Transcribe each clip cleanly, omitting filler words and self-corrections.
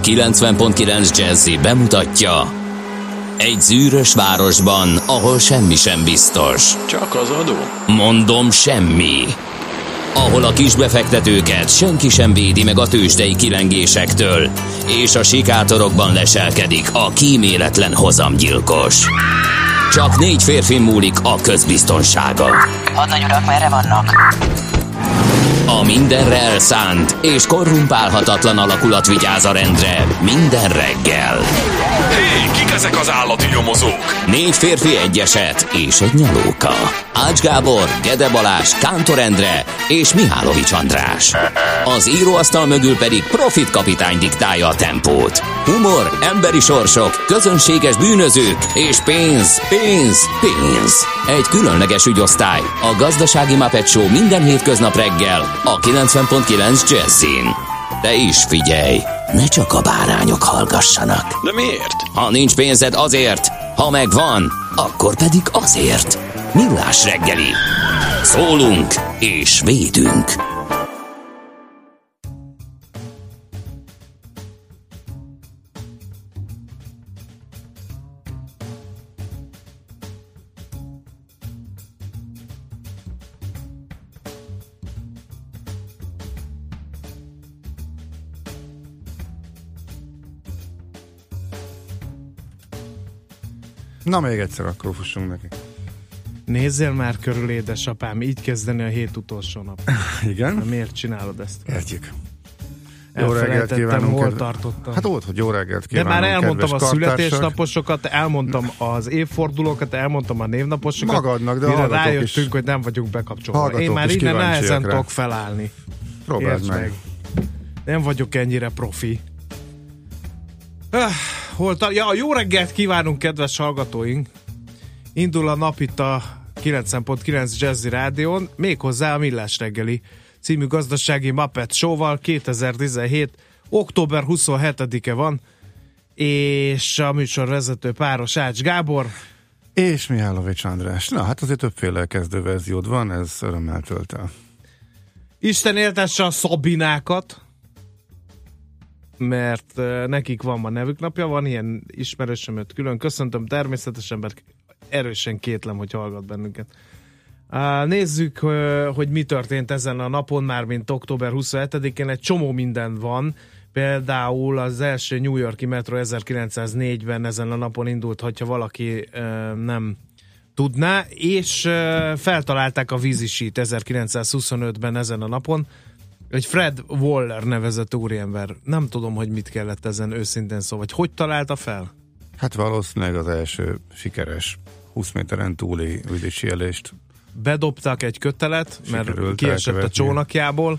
90.9 Jazzy bemutatja: egy zűrös városban, ahol semmi sem biztos. Csak az adó? Mondom, semmi. Ahol a kisbefektetőket senki sem védi meg a tőzsdei kilengésektől, és a sikátorokban leselkedik a kíméletlen hozamgyilkos. Csak 4 férfin múlik a közbiztonsága. Hadnagy urak, merre vannak? A mindenre elszánt és korrumpálhatatlan alakulat vigyáz a rendre minden reggel. Hé, kik ezek az állati nyomozók? 4 férfi, egy eset és egy nyalóka. Ács Gábor, Gede Balázs, Kántor Endre és Mihálovics András. Az íróasztal mögül pedig Profit kapitány diktálja a tempót. Humor, emberi sorsok, közönséges bűnözők és pénz, pénz, pénz. Egy különleges ügyosztály, a Gazdasági Muppet Show minden hétköznap reggel a 90.9 Jazzin. De is figyelj, ne csak a bárányok hallgassanak. De miért? Ha nincs pénzed, azért, ha megvan, akkor pedig azért. Millás reggeli. Szólunk és védünk. Na, még egyszer akkor fussunk neki. Nézzél már körül, édesapám, így kezdeni a hét utolsó nap. Igen? Na, miért csinálod ezt? Értjük. Jó reggelt kívánunk. Hol tartottam. Hát ott, hogy jó reggelt kívánunk. De már elmondtam a születésnaposokat, elmondtam Hm. az évfordulókat, elmondtam a névnaposokat. Magadnak, de mire rájöttünk, hogy nem vagyunk bekapcsolva. Én már innen nehezen tudok felállni. Próbáld meg. Nem vagyok ennyire profi. Jó reggelt kívánunk, kedves hallgatóink! Indul a nap itt a 90.9 Jazzy Rádión, méghozzá a Millás reggeli című gazdasági Muppet Show-val. 2017. október 27-e van, és a műsorvezető páros Ács Gábor. És Mihálovics András. Na, hát azért többféle kezdőverziód van, ez örömmel tölt el. Isten éltesse a Szabinákat, mert nekik van ma nevük napja, van ilyen ismerősömöt külön köszöntöm természetesen, mert erősen kétlem, hogy hallgat bennünket. Nézzük, hogy mi történt ezen a napon, már mint október 27-én. Egy csomó minden van, például az első New York-i metró 1904-ben ezen a napon indult, hogyha valaki nem tudná, és feltalálták a vízisít 1925-ben ezen a napon. Egy Fred Waller nevezett úriember. Nem tudom, hogy mit kellett ezen őszintén szó, vagy hogy találta fel? Hát valószínűleg az első sikeres 20 méteren túli vízisíelést. Bedobtak egy kötelet, mert kiesett a csónakjából,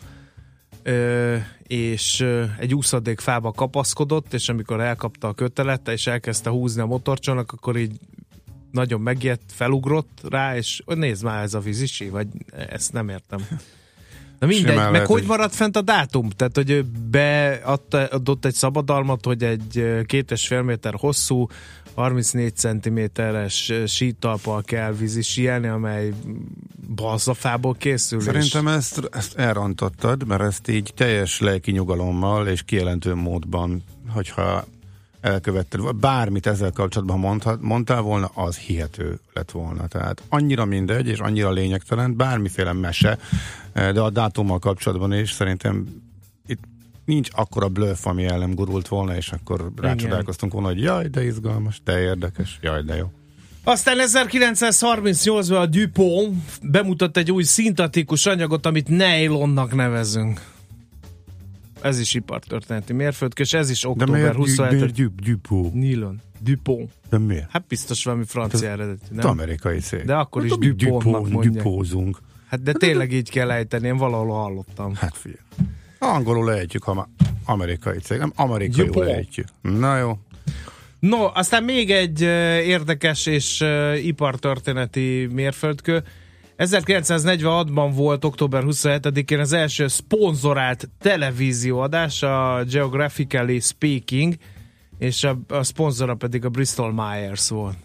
és egy úszadék fába kapaszkodott, és amikor elkapta a kötelet, és elkezdte húzni a motorcsónak, akkor így nagyon megijedt, felugrott rá, és nézd már, ez a vízisi, vagy ezt nem értem. Na mindegy, meg lehet, hogy maradt fent a dátum? Tehát, hogy ő beadott egy szabadalmat, hogy egy 2,5 méter hosszú, 34 cm-es sítalppal kell vízisíelni, amely balzafából készül. Szerintem ezt elrontottad, mert ezt így teljes lelki nyugalommal és kijelentő módban, hogyha elkövetted, bármit ezzel kapcsolatban mondtál volna, az hihető lett volna. Tehát annyira mindegy, és annyira lényegtelen, bármiféle mese, de a dátummal kapcsolatban is szerintem itt nincs akkora bluff, ami el nem gurult volna, és akkor rácsodálkoztunk volna, hogy jaj, de izgalmas, de érdekes, jaj, de jó. Aztán 1938-ban a DuPont bemutatta egy új szintetikus anyagot, amit nylonnak nevezünk. Ez is ipartörténeti mérföldkő, és ez is október 27. DuPont? Nylon. DuPont. De miért? Hát biztos valami francia eredetű, nem? Amerikai cég. De akkor is DuPontnak mondják. DuPonzunk. Hát de tényleg így kell ejteni, én valahol hallottam. Hát figyelj. Angolul ejtjük, ha már amerikai cég, nem amerikaiul ejtjük. Na jó. No, aztán még egy érdekes és ipartörténeti mérföldkő. 1946-ban volt október 27-én az első szponzorált televízióadás, a Geographically Speaking, és a szponzora pedig a Bristol Myers volt.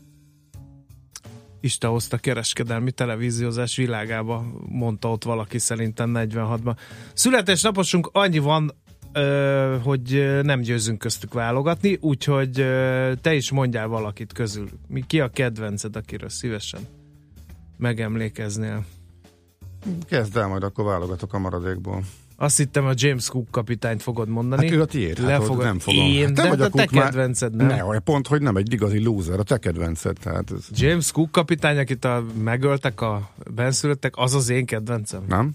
Isten hozta kereskedelmi televíziózás világába, mondta ott valaki szerintem 46-ban. Születésnaposunk annyi van hogy nem győzünk köztük válogatni, úgyhogy te is mondjál valakit közül. Ki a kedvenced, akiről szívesen megemlékeznél? Kezd el, majd akkor válogatok a maradékból. Azt hittem, a James Cook kapitányt fogod mondani. Hát ő a tiéd, nem fogom. Én, hát de te kedvenced, nem? Ne, pont, hogy nem egy igazi loser, a te kedvenced. Tehát ez... James Cook kapitány, akit megöltek a benszülöttek, az az én kedvencem? Nem?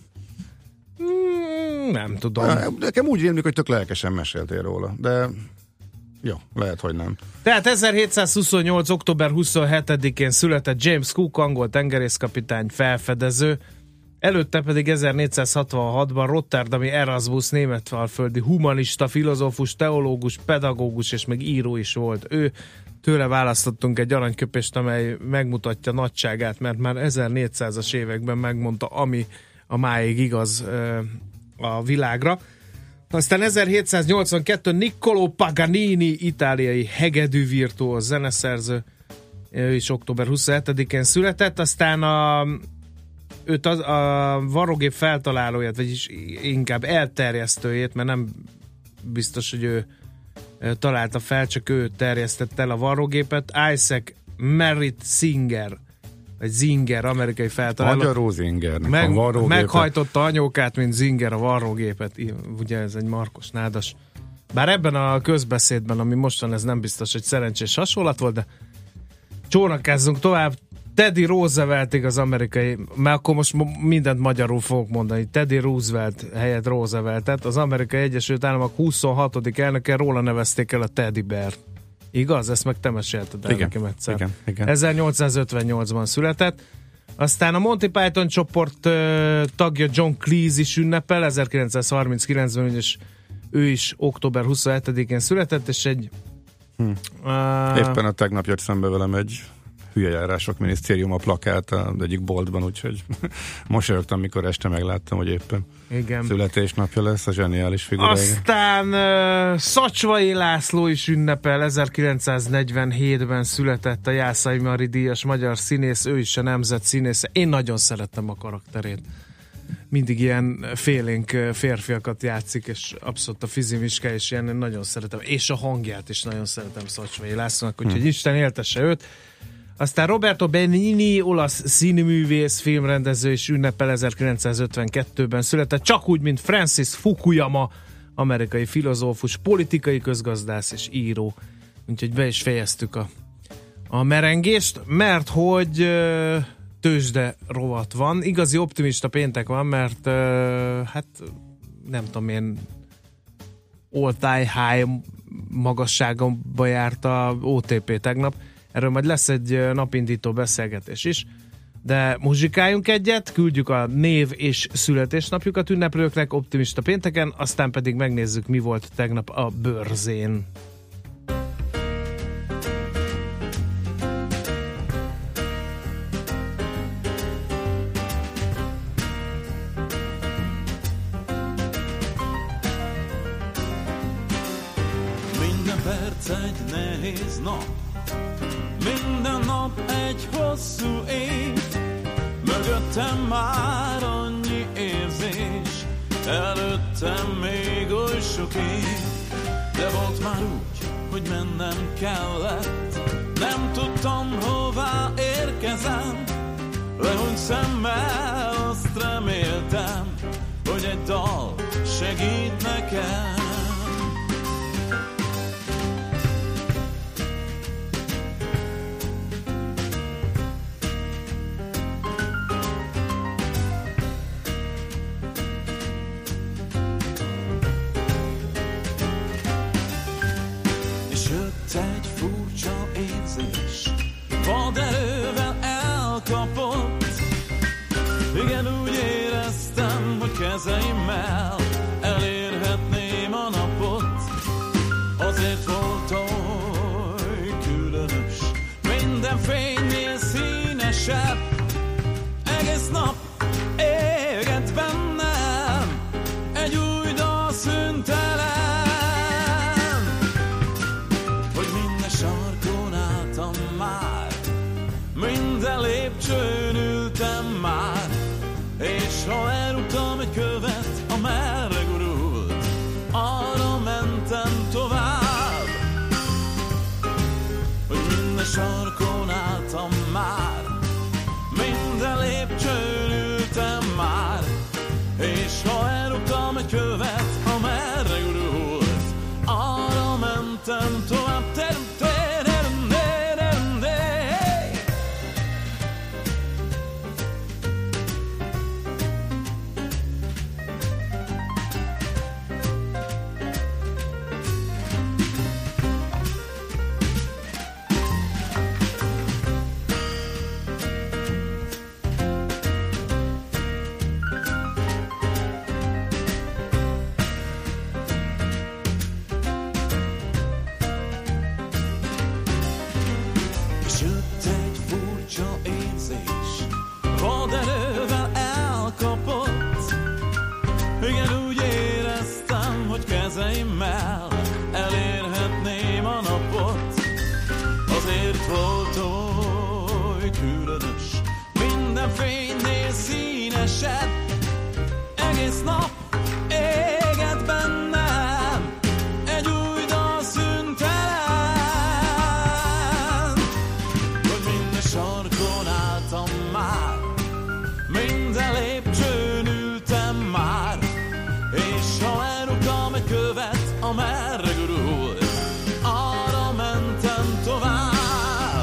Nem tudom. Nekem úgy rémlik, hogy tök lelkesen meséltél róla, de jó, lehet, hogy nem. Tehát 1728. október 27-én született James Cook, angol tengerészkapitány, felfedező, előtte pedig 1466-ban rotterdami Erasmus németalföldi humanista, filozófus, teológus, pedagógus és meg író is volt. Ő tőle választottunk egy aranyköpést, amely megmutatja nagyságát, mert már 1400-as években megmondta, ami a máig igaz a világra. Aztán 1782 Niccolò Paganini, itáliai hegedűvirtuóz zeneszerző, ő is október 27-én született, aztán őt a varrógép feltalálóját, vagyis inkább elterjesztőjét, mert nem biztos, hogy ő találta fel, csak ő terjesztett el a varrógépet, Isaac Merritt Singer, vagy Zinger, amerikai feltaláló. Magyarul Zinger. Meghajtotta anyókát, mint Zinger a varrógépet. Ugye ez egy markos nádas. Bár ebben a közbeszédben, ami mostan, ez nem biztos, hogy szerencsés hasonlat volt, de csónakázzunk tovább. Teddy Rooseveltig az amerikai, mert akkor most mindent magyarul fogok mondani, Teddy Roosevelt helyett Rooseveltet, az Amerikai Egyesült Államok 26. elnöke, róla nevezték el a Teddy Bear. Igaz? Ezt meg te mesélted el nekem egyszer. Igen. 1858-ban született. Aztán a Monty Python csoport tagja John Cleese is ünnepel, 1939-ben, és ő is október 27-én született, és egy... Éppen a tegnap jött szembe velem egy hülyejárások minisztérium a plakát az egyik boltban, úgyhogy mosolyogtam, mikor este megláttam, hogy éppen születésnapja lesz, a zseniális figura. Aztán Szacsvai László is ünnepel, 1947-ben született, a Jászai Mari díjas magyar színész, ő is a nemzet színésze. Én nagyon szerettem a karakterét. Mindig ilyen félénk férfiakat játszik, és abszolút a fizimiská is ilyen, nagyon szeretem. És a hangját is nagyon szeretem Szacsvai Lászlónak, úgyhogy Isten éltesse őt. Aztán Roberto Benigni, olasz színművész, filmrendező is ünnepel, 1952-ben született, csak úgy, mint Francis Fukuyama, amerikai filozófus, politikai közgazdász és író. Úgyhogy be is fejeztük a merengést, mert hogy tőzsde rovat van. Igazi optimista péntek van, mert hát nem tudom én, all-time high magasságomba járt a OTP tegnap. Erről majd lesz egy napindító beszélgetés is, de muzsikáljunk egyet, küldjük a név és születésnapjukat ünneplőknek optimista pénteken, aztán pedig megnézzük, mi volt tegnap a bőrzén. Minden perc egy nehéz nap, minden nap egy hosszú év, mögöttem már annyi érzés, előttem még oly sok év, de volt már úgy, hogy mennem kellett, nem tudtam hová érkezem, lehúny szemmel azt reméltem, hogy egy dal segít nekem. Egy furcsa érzés vad erővel elkapott. Igen, úgy éreztem, hogy kezeimmel elérhetném követ, amerre gurult. Arra mentem tovább, elérhetném a napot. Azért volt oly különös, minden fénynél színesebb. Egész nap éget bennem egy új dal szüntelen, hogy minden sarkon álltam már, minden lépcsőn ültem már, és ha elrúgtam egy követ, amerre gurult, arra mentem tovább,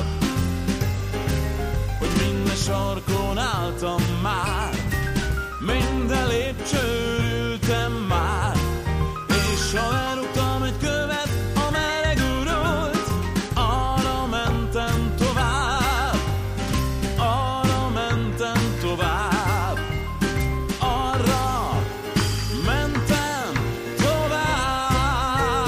hogy minden sarkon álltam már, minden lépcsőn ültem már, és ha elrúgtam egy követ, amerre gurult, arra mentem tovább, arra mentem tovább, arra mentem tovább.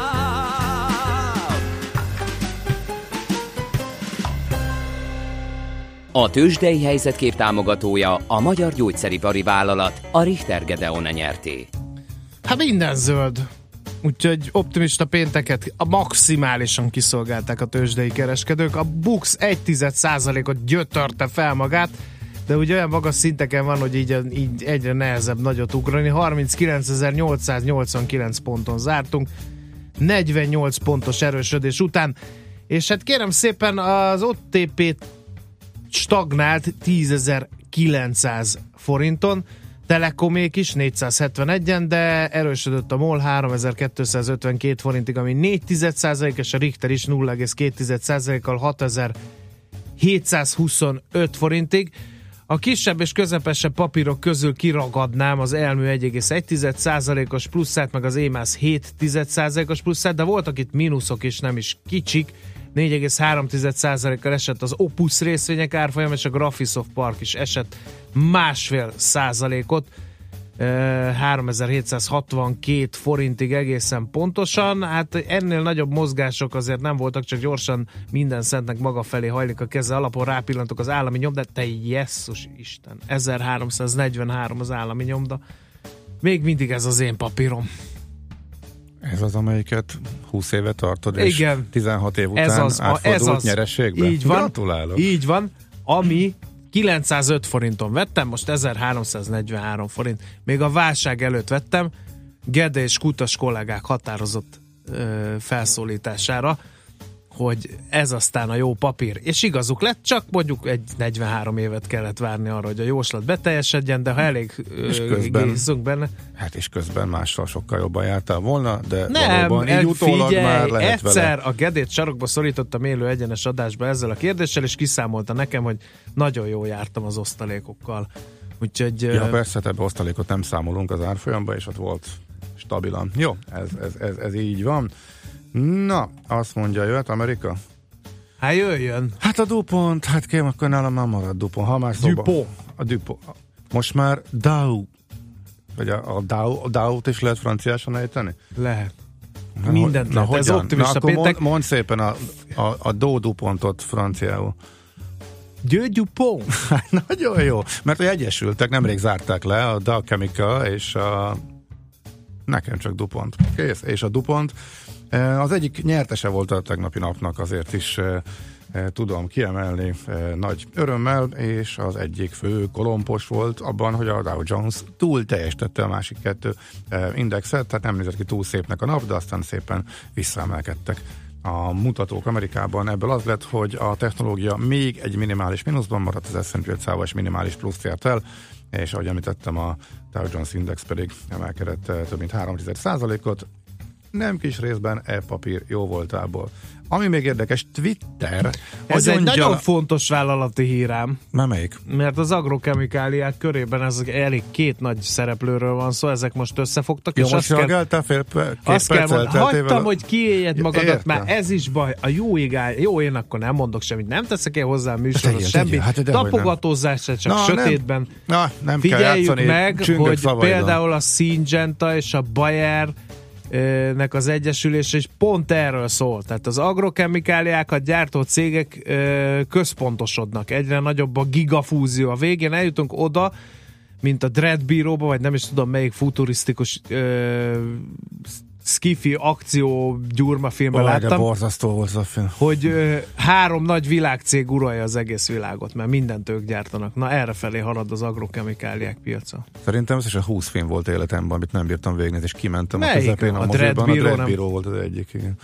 A tőzsdei helyzetkép támogatója a Magyar Gyógyszeripari Vállalat, a Richter Gedeon nyerté. Hát minden zöld. Úgyhogy optimista pénteket a maximálisan kiszolgálták a tőzsdei kereskedők. A Bux 1,1%-ot gyötörte fel magát, de ugye olyan magas szinteken van, hogy így egyre nehezebb nagyot ugrani. 39.889 ponton zártunk, 48 pontos erősödés után, és hát kérem szépen az OTP stagnált 10.900 forinton, Telekomék is 471-en, de erősödött a MOL 3252 forintig, ami 4,1%, és a Richter is 0,2%-kal 6725 forintig. A kisebb és közepesebb papírok közül kiragadnám az Elmű 1,1%-os pluszát, meg az EMAS 7,1%-os pluszát, de voltak itt mínuszok is, nem is kicsik. 4,3%-kal esett az Opus részvények árfolyam, és a Graphisoft Park is esett 1,5%-ot, 3762 forintig egészen pontosan. Hát ennél nagyobb mozgások azért nem voltak, csak gyorsan minden szentnek maga felé hajlik a keze, alapon rápillantok az állami nyomda, te jesszus Isten, 1343 az állami nyomda. Még mindig ez az én papírom. Ez az, amelyiket 20 éve tartod, igen, és 16 év után átfordult nyereségbe. Így van, gratulálok. Így van, ami 905 forinton vettem, most 1343 forint. Még a válság előtt vettem, Gede és Kutas kollégák határozott felszólítására, hogy ez aztán a jó papír. És igazuk lett, csak mondjuk egy 43 évet kellett várni arra, hogy a jóslat beteljesedjen, de ha elég gézzünk benne. Hát és közben mással sokkal jobban jártál volna, de nem, valóban így utólag már lehet egyszer vele. A Gedét sarokba szorítottam élő egyenes adásba ezzel a kérdéssel, és kiszámolta nekem, hogy nagyon jól jártam az osztalékokkal. Úgyhogy... Ja, persze, ebbe osztalékot nem számolunk az árfolyamba, és ott volt stabilan. Jó, ez így van. Na, azt mondja, jöhet Amerika? Hát jöjjön. Hát a DuPont, hát kérem, akkor nálam már marad DuPont. Ha már szóba... DuPont. Most már Dow. Vagy a Dow-t is lehet franciásan ejteni? Lehet. Mindent lehet. Ez optimista péntek. Mondd szépen a DuPontot franciául. DuPont. Nagyon jó, mert a egyesültek, nemrég zárták le a Dow Chemical és nekem csak DuPont. Kész. És a DuPont az egyik nyertese volt a tegnapi napnak, azért is tudom kiemelni nagy örömmel, és az egyik fő kolompos volt abban, hogy a Dow Jones túl teljesítette a másik kettő indexet, tehát nem nézett ki túl szépnek a nap, de aztán szépen visszaemelkedtek a mutatók Amerikában. Ebből az lett, hogy a technológia még egy minimális mínuszban maradt, az S&P 500-as minimális pluszt ért el, és ahogy említettem, a Dow Jones Index pedig emelkedett több mint 3%-ot, nem kis részben e-papír jó voltából. Ami még érdekes, Twitter. Ez egy nagyon fontos vállalati hírám. Melyik? Mert az agrokemikáliák körében ez elég két nagy szereplőről van szó, ezek most összefogtak. Jó, és most reagáltál azt kell hagytam, hogy kiéljed magadat, értem. Már ez is baj. A jó égál, jó, én akkor nem mondok semmit, nem teszek én hozzá a műsorhoz semmit. Hát, tapogatózásra csak sötétben. Nem figyeljük kell meg, hogy például a Syngenta és a Bayer nek az egyesülése is pont erről szól. Tehát az agrokemikáliákat gyártó cégek központosodnak. Egyre nagyobb a gigafúzió. A végén eljutunk oda, mint a Dreadbíróba, vagy nem is tudom melyik futurisztikus skifi akció gyurmafilmben láttam. De borzasztó volt az a film. Hogy 3 nagy világcég uralja az egész világot, mert mindent ők gyártanak. Na errefelé halad az agrokemikáliák piaca. Szerintem ez is a 20 film volt életemben, amit nem bírtam végignézni, és kimentem melyik? A közepén a moziban. A Dreadbíró volt az egyik, igen.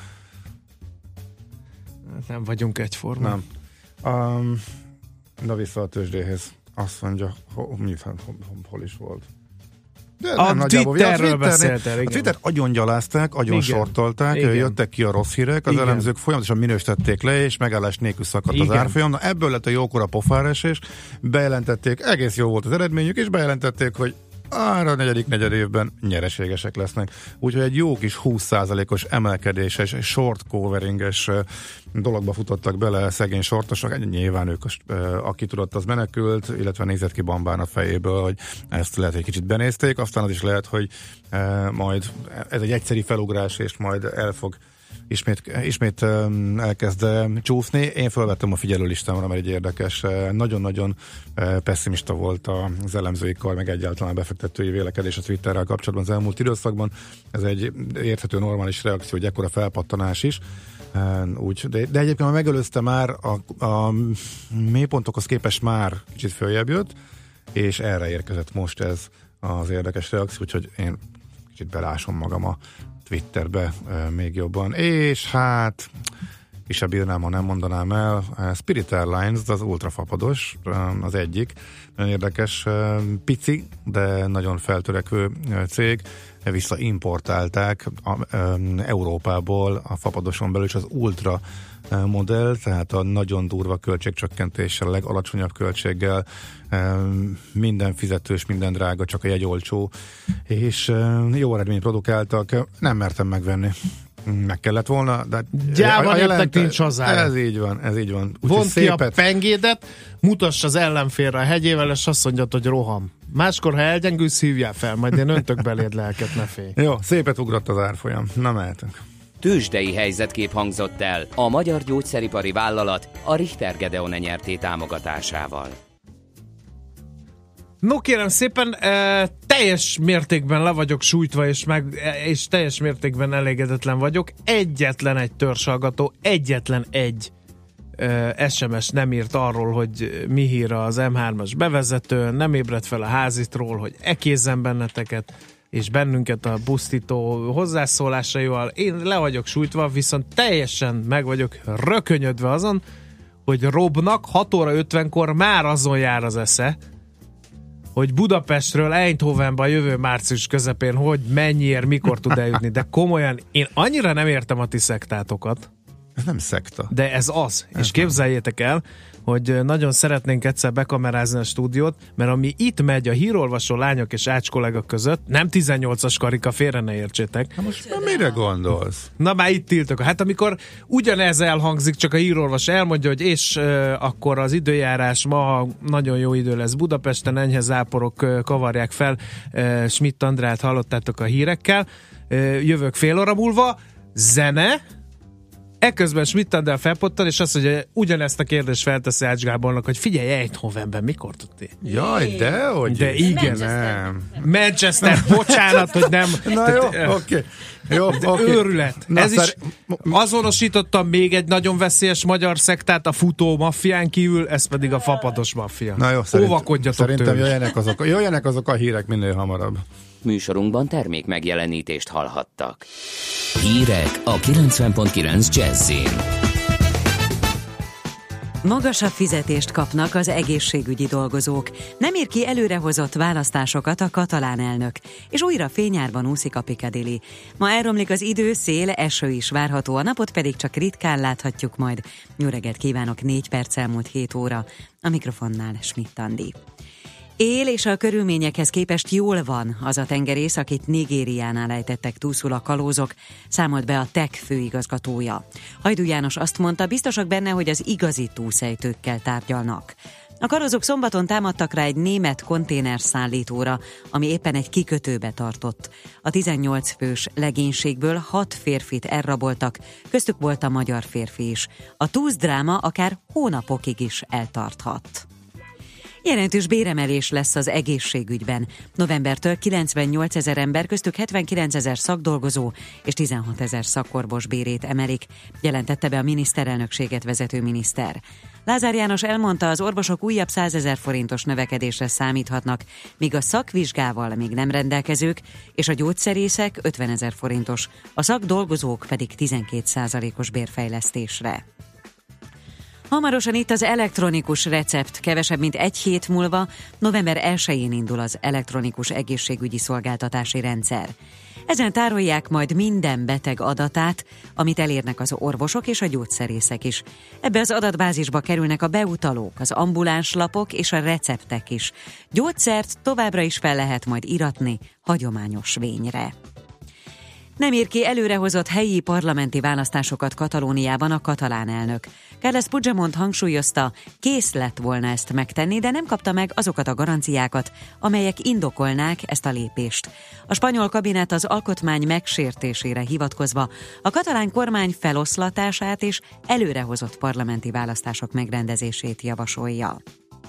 Nem vagyunk egyformán. Nem. Na vissza a tőzsdéhez. Azt mondja, hol is volt. De a Twitterről beszéltél, a Twittert agyon gyalázták, agyon sortolták, jöttek ki a rossz hírek, az elemzők folyamatosan minősítették le, és megállás nélkül szakadt az árfolyam. Na ebből lett a jókora pofáresés, bejelentették, egész jó volt az eredményük, és bejelentették, hogy a negyedik évben nyereségesek lesznek. Úgyhogy egy jó kis 20%-os emelkedéses, short coveringes dologba futottak bele szegény sortosok. Nyilván ők, aki tudott, az menekült, illetve nézett ki bambán a fejéből, hogy ezt lehet egy kicsit benézték. Aztán az is lehet, hogy majd ez egy egyszeri felugrás, és majd el fog ismét elkezd csúszni. Én felvettem a figyelőlistámra, mert egy érdekes, nagyon-nagyon pessimista volt az elemzői kar, meg egyáltalán befektetői vélekedés a Twitterrel kapcsolatban az elmúlt időszakban. Ez egy érthető, normális reakció, hogy ekkora felpattanás is. De egyébként megelőzte már a mélypontokhoz képest már kicsit följebb jött, és erre érkezett most ez az érdekes reakció, úgyhogy én kicsit belásom magam a Twitterbe még jobban. És hát kisebb írnám, ha nem mondanám el, Spirit Airlines, az ultrafapados, az egyik. Nagyon érdekes, pici, de nagyon feltörekvő cég. Visszaimportálták Európából a fapadoson belül is az ultra modell, tehát a nagyon durva költségcsökkentéssel, a legalacsonyabb költséggel, minden fizetős, minden drága, csak a jegy olcsó, és jó eredményt produkáltak, nem mertem megvenni. Meg kellett volna, de gyáva népnek nincs hazája. Ez így van. Vont ki a pengédet, mutass az ellenfélre a hegyével, és azt mondjad, hogy roham. Máskor, ha elgyengülsz, hívjál fel, majd én öntök beléd lelket, ne félj. Jó, szépet ugrott az árfolyam. Na, mehetünk. Tőzsdei helyzetkép hangzott el a Magyar Gyógyszeripari Vállalat a Richter Gedeon nyerté támogatásával. No kérem szépen, teljes mértékben le vagyok sújtva, és teljes mértékben elégedetlen vagyok. Egyetlen egy törzshallgató, egyetlen egy SMS nem írt arról, hogy mi hír az M3-as bevezető, nem ébredt fel a házitról, hogy ekézzem benneteket, és bennünket a pusztító hozzászólásaival. Én le vagyok sújtva, viszont teljesen meg vagyok rökönyödve azon, hogy Robnak 6 óra 50-kor már azon jár az esze, hogy Budapestről Eindhovenba a jövő március közepén hogy mennyiért, mikor tud eljutni. De komolyan, én annyira nem értem a ti szektátokat. Ez nem szekta. De ez az. Ez és képzeljétek el, hogy nagyon szeretnénk egyszer bekamerázni a stúdiót, mert ami itt megy a hírolvasó lányok és Ács kollega között, nem 18-as karika, félre ne értsétek. Na most mire gondolsz? Na már itt tiltok. Hát amikor ugyanez elhangzik, csak a hírolvasó elmondja, hogy és akkor az időjárás ma nagyon jó idő lesz Budapesten, enyhe záporok kavarják fel. Schmidt Andrát hallottátok a hírekkel. Jövök fél óra múlva. Zene. Ekközben Schmidt-Andrá felpottan, és azt mondja, ugyanezt a kérdést felteszi Ács Gábornak, hogy figyelj, Eindhovenben mikor tudtél? Jaj, dehogy. De igen. Nem. Manchester, bocsánat, hogy nem. Na jó, oké. Őrület. Na, ez is azonosítottam még egy nagyon veszélyes magyar szektát a futó maffián kívül, ez pedig a fapados maffia. Na jó, szerintem jöjjenek azok a hírek minél hamarabb. Műsorunkban termék megjelenítést hallhattak. Hírek a 90.9 Jazzin. Magasabb fizetést kapnak az egészségügyi dolgozók. Nem ír ki előrehozott választásokat a katalán elnök, és újra fényárban úszik a Piccadilly. Ma elromlik az idő, szél, eső is várható, a napot pedig csak ritkán láthatjuk majd. Jó reggelt kívánok, 4 perc elmúlt 7 óra. A mikrofonnál Schmidt Andi. Él és a körülményekhez képest jól van az a tengerész, akit Nigériánál ejtettek túlszul a kalózok, számolt be a TEK főigazgatója. Hajdú János azt mondta, biztosak benne, hogy az igazi túlszejtőkkel tárgyalnak. A kalózok szombaton támadtak rá egy német konténerszállítóra, ami éppen egy kikötőbe tartott. A 18 fős legénységből 6 férfit elraboltak, köztük volt a magyar férfi is. A túlzdráma akár hónapokig is eltarthat. Jelentős béremelés lesz az egészségügyben. Novembertől 98 000 ember, köztük 79 000 szakdolgozó és 16 000 szakorvos bérét emelik, jelentette be a miniszterelnökséget vezető miniszter. Lázár János elmondta, az orvosok újabb 100 000 forintos növekedésre számíthatnak, míg a szakvizsgával még nem rendelkezők, és a gyógyszerészek 50 000 forintos, a szakdolgozók pedig 12%-os bérfejlesztésre. Hamarosan itt az elektronikus recept, kevesebb mint egy hét múlva, november 1-én indul az elektronikus egészségügyi szolgáltatási rendszer. Ezen tárolják majd minden beteg adatát, amit elérnek az orvosok és a gyógyszerészek is. Ebbe az adatbázisba kerülnek a beutalók, az ambuláns lapok és a receptek is. Gyógyszert továbbra is fel lehet majd iratni hagyományos vényre. Nem ír ki előrehozott helyi parlamenti választásokat Katalóniában a katalán elnök. Carles Puigdemont hangsúlyozta, kész lett volna ezt megtenni, de nem kapta meg azokat a garanciákat, amelyek indokolnák ezt a lépést. A spanyol kabinet az alkotmány megsértésére hivatkozva a katalán kormány feloszlatását és előrehozott parlamenti választások megrendezését javasolja.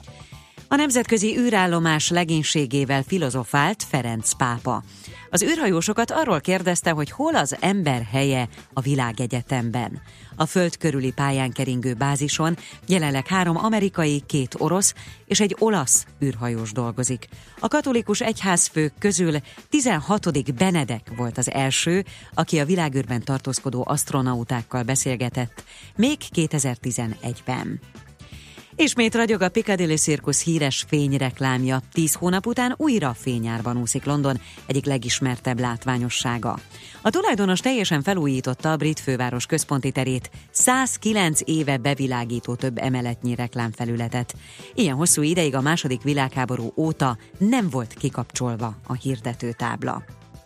A nemzetközi űrállomás legénységével filozofált Ferenc pápa. Az űrhajósokat arról kérdezte, hogy hol az ember helye a világegyetemben. A föld körüli pályán keringő bázison jelenleg 3 amerikai, 2 orosz és egy olasz űrhajós dolgozik. A katolikus egyházfők közül 16. Benedek volt az első, aki a világűrben tartózkodó asztronautákkal beszélgetett, még 2011-ben. Ismét ragyog a Piccadilly Circus híres fényreklámja. 10 hónap után újra fényárban úszik London egyik legismertebb látványossága. A tulajdonos teljesen felújította a brit főváros központi terét, 109 éve bevilágító több emeletnyi reklámfelületet. Ilyen hosszú ideig a II. Világháború óta nem volt kikapcsolva a hirdetőtábla.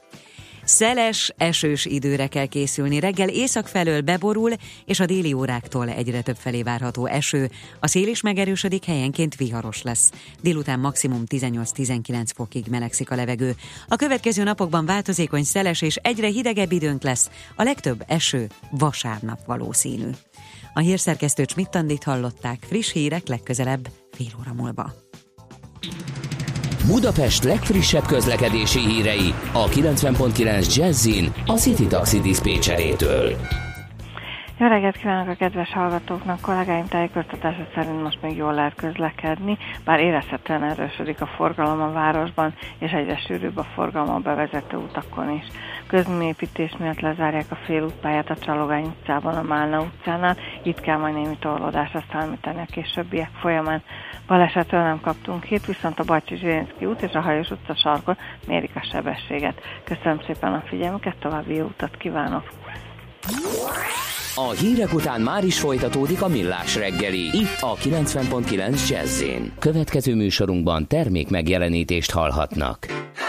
Szeles, esős időre kell készülni. Reggel észak felől beborul, és a déli óráktól egyre több felé várható eső. A szél is megerősödik, helyenként viharos lesz. Délután maximum 18-19 fokig melegszik a levegő. A következő napokban változékony, szeles és egyre hidegebb időnk lesz. A legtöbb eső vasárnap valószínű. A hírszerkesztő Schmidt Andit hallották, friss hírek legközelebb fél óra múlva. Budapest legfrissebb közlekedési hírei a 90.9 Jazzin a City Taxi diszpécserétől. Jó reggelt kívánok a kedves hallgatóknak! Kollégáim tájékoztatása szerint most még jól lehet közlekedni, bár érezhetően erősödik a forgalom a városban, és egyre sűrűbb a forgalom a bevezető utakon is. Közműépítés miatt lezárják a félútpályát a Csalogány utcában, a Málna utcánál, itt kell majd némi torlódásra számítani a későbbiek folyamán. Balesetről nem kaptunk hírt, viszont a Bajcsi-Zsilinszky út és a Hajós utca sarkon mérik a sebességet. Köszönöm szépen a figyelmüket, további jó utat kívánok! A hírek után már is folytatódik a Millás reggeli, itt a 90.9 Jazz-én. Következő műsorunkban termék megjelenítést hallhatnak.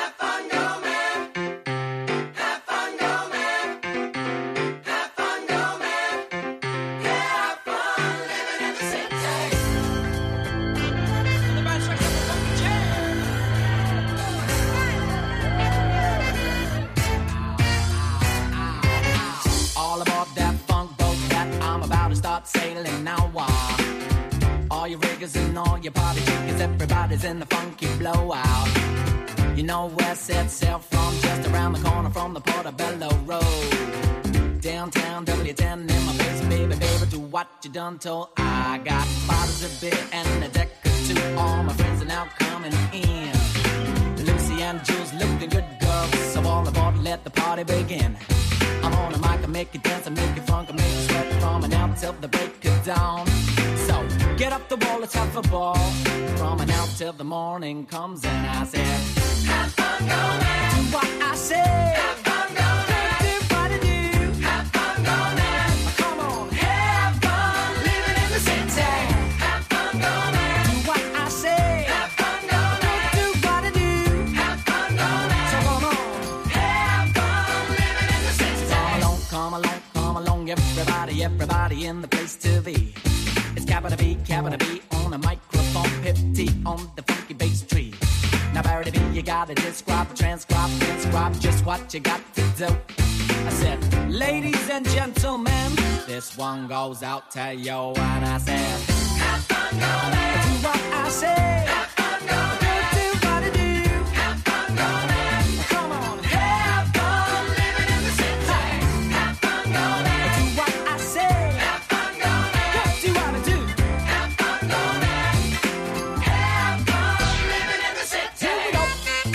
Everybody's in the funky blowout. You know West itself from just around the corner from the Portobello Road. Downtown W10 in my face, baby, baby, do what you done told. I got bottles of beer and a deck or two. All my friends are now coming in. Lucy and Jules looking good girls, so all aboard, let the party begin. I'm on a mic, I make you dance, I make you funk, I make you sweat from now till the break of dawn. So get up the wall, let's have a ball. From now till the morning comes and I said, have fun, go man. Do what I say. Have fun, go man. Do what I do. Have fun, go man. Come on, have fun living in the city. Have fun, go man. Do what I say. Have fun, go man. Do what I do. Have fun, go man. So come on, have fun living in the city. Come along, everybody, everybody in the place to be. It's capital B on a microphone, Pip T on the funky bass tree. Now, Barry B, you gotta describe, transcribe just what you got to do. I said, ladies and gentlemen, this one goes out to you. And I said, have fun, go man. Do what I say. Have fun, go man. Do what I do. Have fun, go man. Come on, have fun living in the city. Have fun, go man. Do what I say. Have fun, go man. Do what I do. Have fun, go man. Have fun living in the city. Here we go.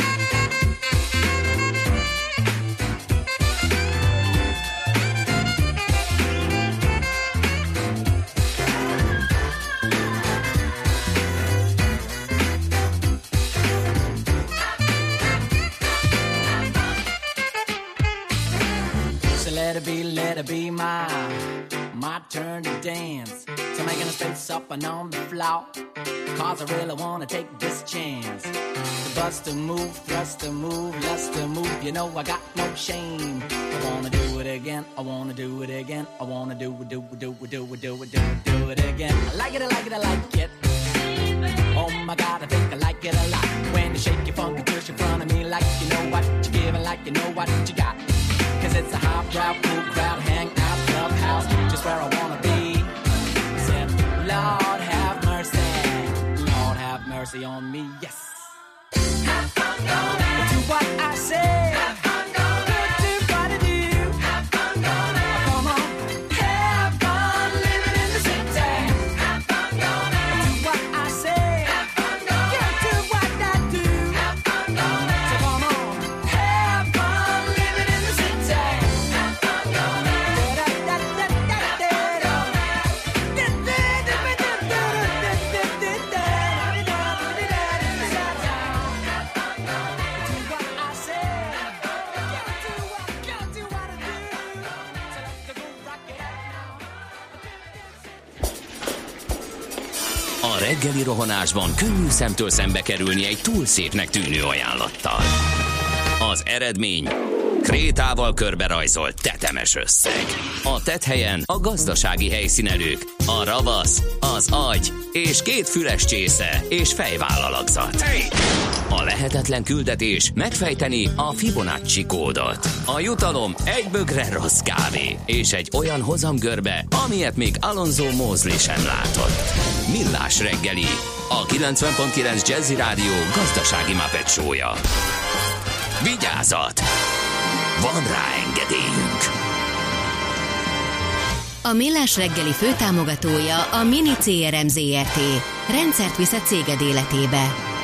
So let it be my turn to dance. So making a space up and on the floor. Cause I really wanna take this chance. To bust a move, thrust a move, lust a move. You know I got no shame. I wanna do it again. I wanna do it again. I wanna do it again. I like it, I like it, I like it. Oh my God, I think I like it a lot. When you shake your funky tush in front of me like you know what you giving, like you know what you got. Cause it's a hot crowd, cool crowd, hang out, clubhouse, just where I wanna be. Said, Lord have mercy on me, yes. Have fun, go man. Do what I say. Have fun, go man. Do what I do. Have fun, go man. Come on, have fun living in the city. Have fun, go man. Do what I say. Have fun, go man. Do what I do. Have fun, go man. So come on, have fun living in the city. Have fun, go man. A reggeli rohanásban könnyű szemtől szembe kerülni egy túl szépnek tűnő ajánlattal. Az eredmény krétával körberajzolt tetemes összeg. A tetthelyen a gazdasági helyszínelők, a ravasz, az agy és 2 füles csésze és fejvállalakzat. A lehetetlen küldetés megfejteni a Fibonacci kódot. A jutalom egy bögre rossz kávé és egy olyan hozamgörbe, amilyet még Alonso Mosley sem látott. Millás reggeli, a 90.9 Jazzy Rádió gazdasági Muppet show-ja. Vigyázat! Van rá engedélyünk! A Millás reggeli főtámogatója a Mini CRM Zrt. Rendszert visz a céged életébe.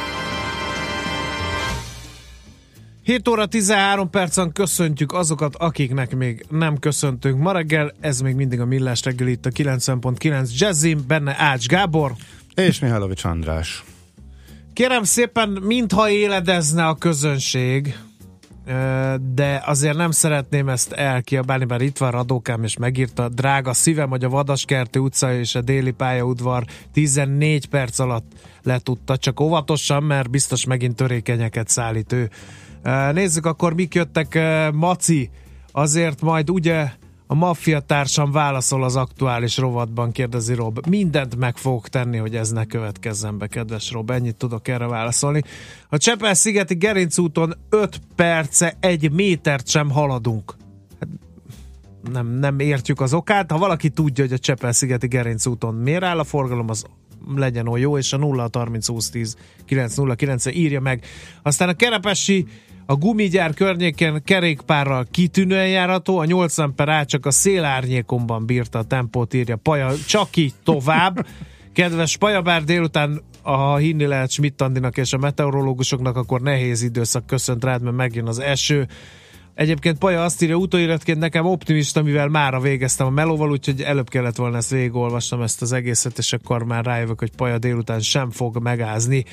7 óra 13 percen köszöntjük azokat, akiknek még nem köszöntünk ma reggel. Ez még mindig a Millás reggeli itt a 90.9 Jazzin, benne Ács Gábor. És Mihálovics András. Kérem szépen, mintha éledezne a közönség, de azért nem szeretném ezt elkiabálni, bár itt van Radókám, és megírta: drága szívem, hogy a Vadaskerti utca és a déli pályaudvar 14 perc alatt letudta, csak óvatosan, mert biztos megint törékenyeket szállít ő. Nézzük akkor, mik jöttek. Maci, azért majd ugye a maffia társam válaszol az aktuális rovatban, kérdezi Rob. Mindent meg fogok tenni, hogy ez ne következzen be, kedves Rob, ennyit tudok erre válaszolni. A Csepel-szigeti Gerinc úton 5 perce 1 métert sem haladunk. Nem értjük az okát. Ha valaki tudja, hogy a Csepel-szigeti Gerinc úton miért áll a forgalom, az legyen olyan jó, és a 0-30 20 10 909-re írja meg. Aztán a Kerepesi, a gumigyár környéken kerékpárral kitűnően járható, a 80/A csak a szélárnyékomban bírta a tempót, írja Paja. Csak így tovább. Kedves Paja, bár délután, ha hinni lehet Schmidt Andinak és a meteorológusoknak, akkor nehéz időszak köszönt rád, mert megjön az eső. Egyébként Paja azt írja utóiratként, nekem optimista, mivel mára végeztem a melóval, úgyhogy előbb kellett volna ezt végigolvasnom ezt az egészet, és akkor már rájövök, hogy Paja délután sem fog megázni.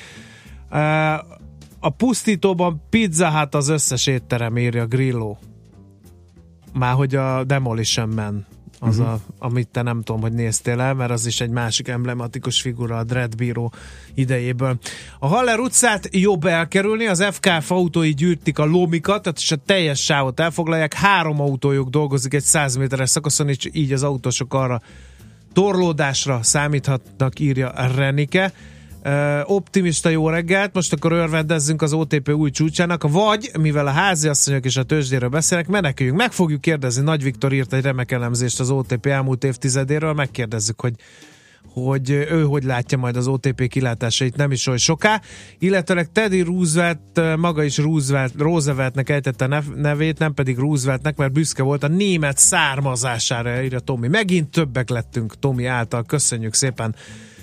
A pusztítóban Pizza Hut az összes étterem, írja Grillo. Már hogy a Demolition Man az amit te nem tudom, hogy néztél el, mert az is egy másik emblematikus figura a Dread Bíró idejéből. A Haller utcát jobb elkerülni, az FKF autói gyűjtik a lomikat, és a teljes sávot elfoglalják, 3 autójuk dolgozik egy 100 méteres szakaszon, és így az autósok arra torlódásra számíthatnak, írja Renike. Optimista jó reggelt, most akkor örvendezzünk az OTP új csúcsának, vagy, mivel a háziasszonyok és a tőzsdéről beszélnek, meneküljünk. Meg fogjuk kérdezni, Nagy Viktor írt egy remek elemzést az OTP elmúlt évtizedéről, megkérdezzük, hogy ő hogy látja majd az OTP kilátásait nem is oly soká, illetőleg Teddy Roosevelt maga is Rooseveltnek ejtette nevét, nem pedig Rooseveltnek, mert büszke volt a német származására, írja Tomi. Megint többek lettünk Tomi által, köszönjük szépen.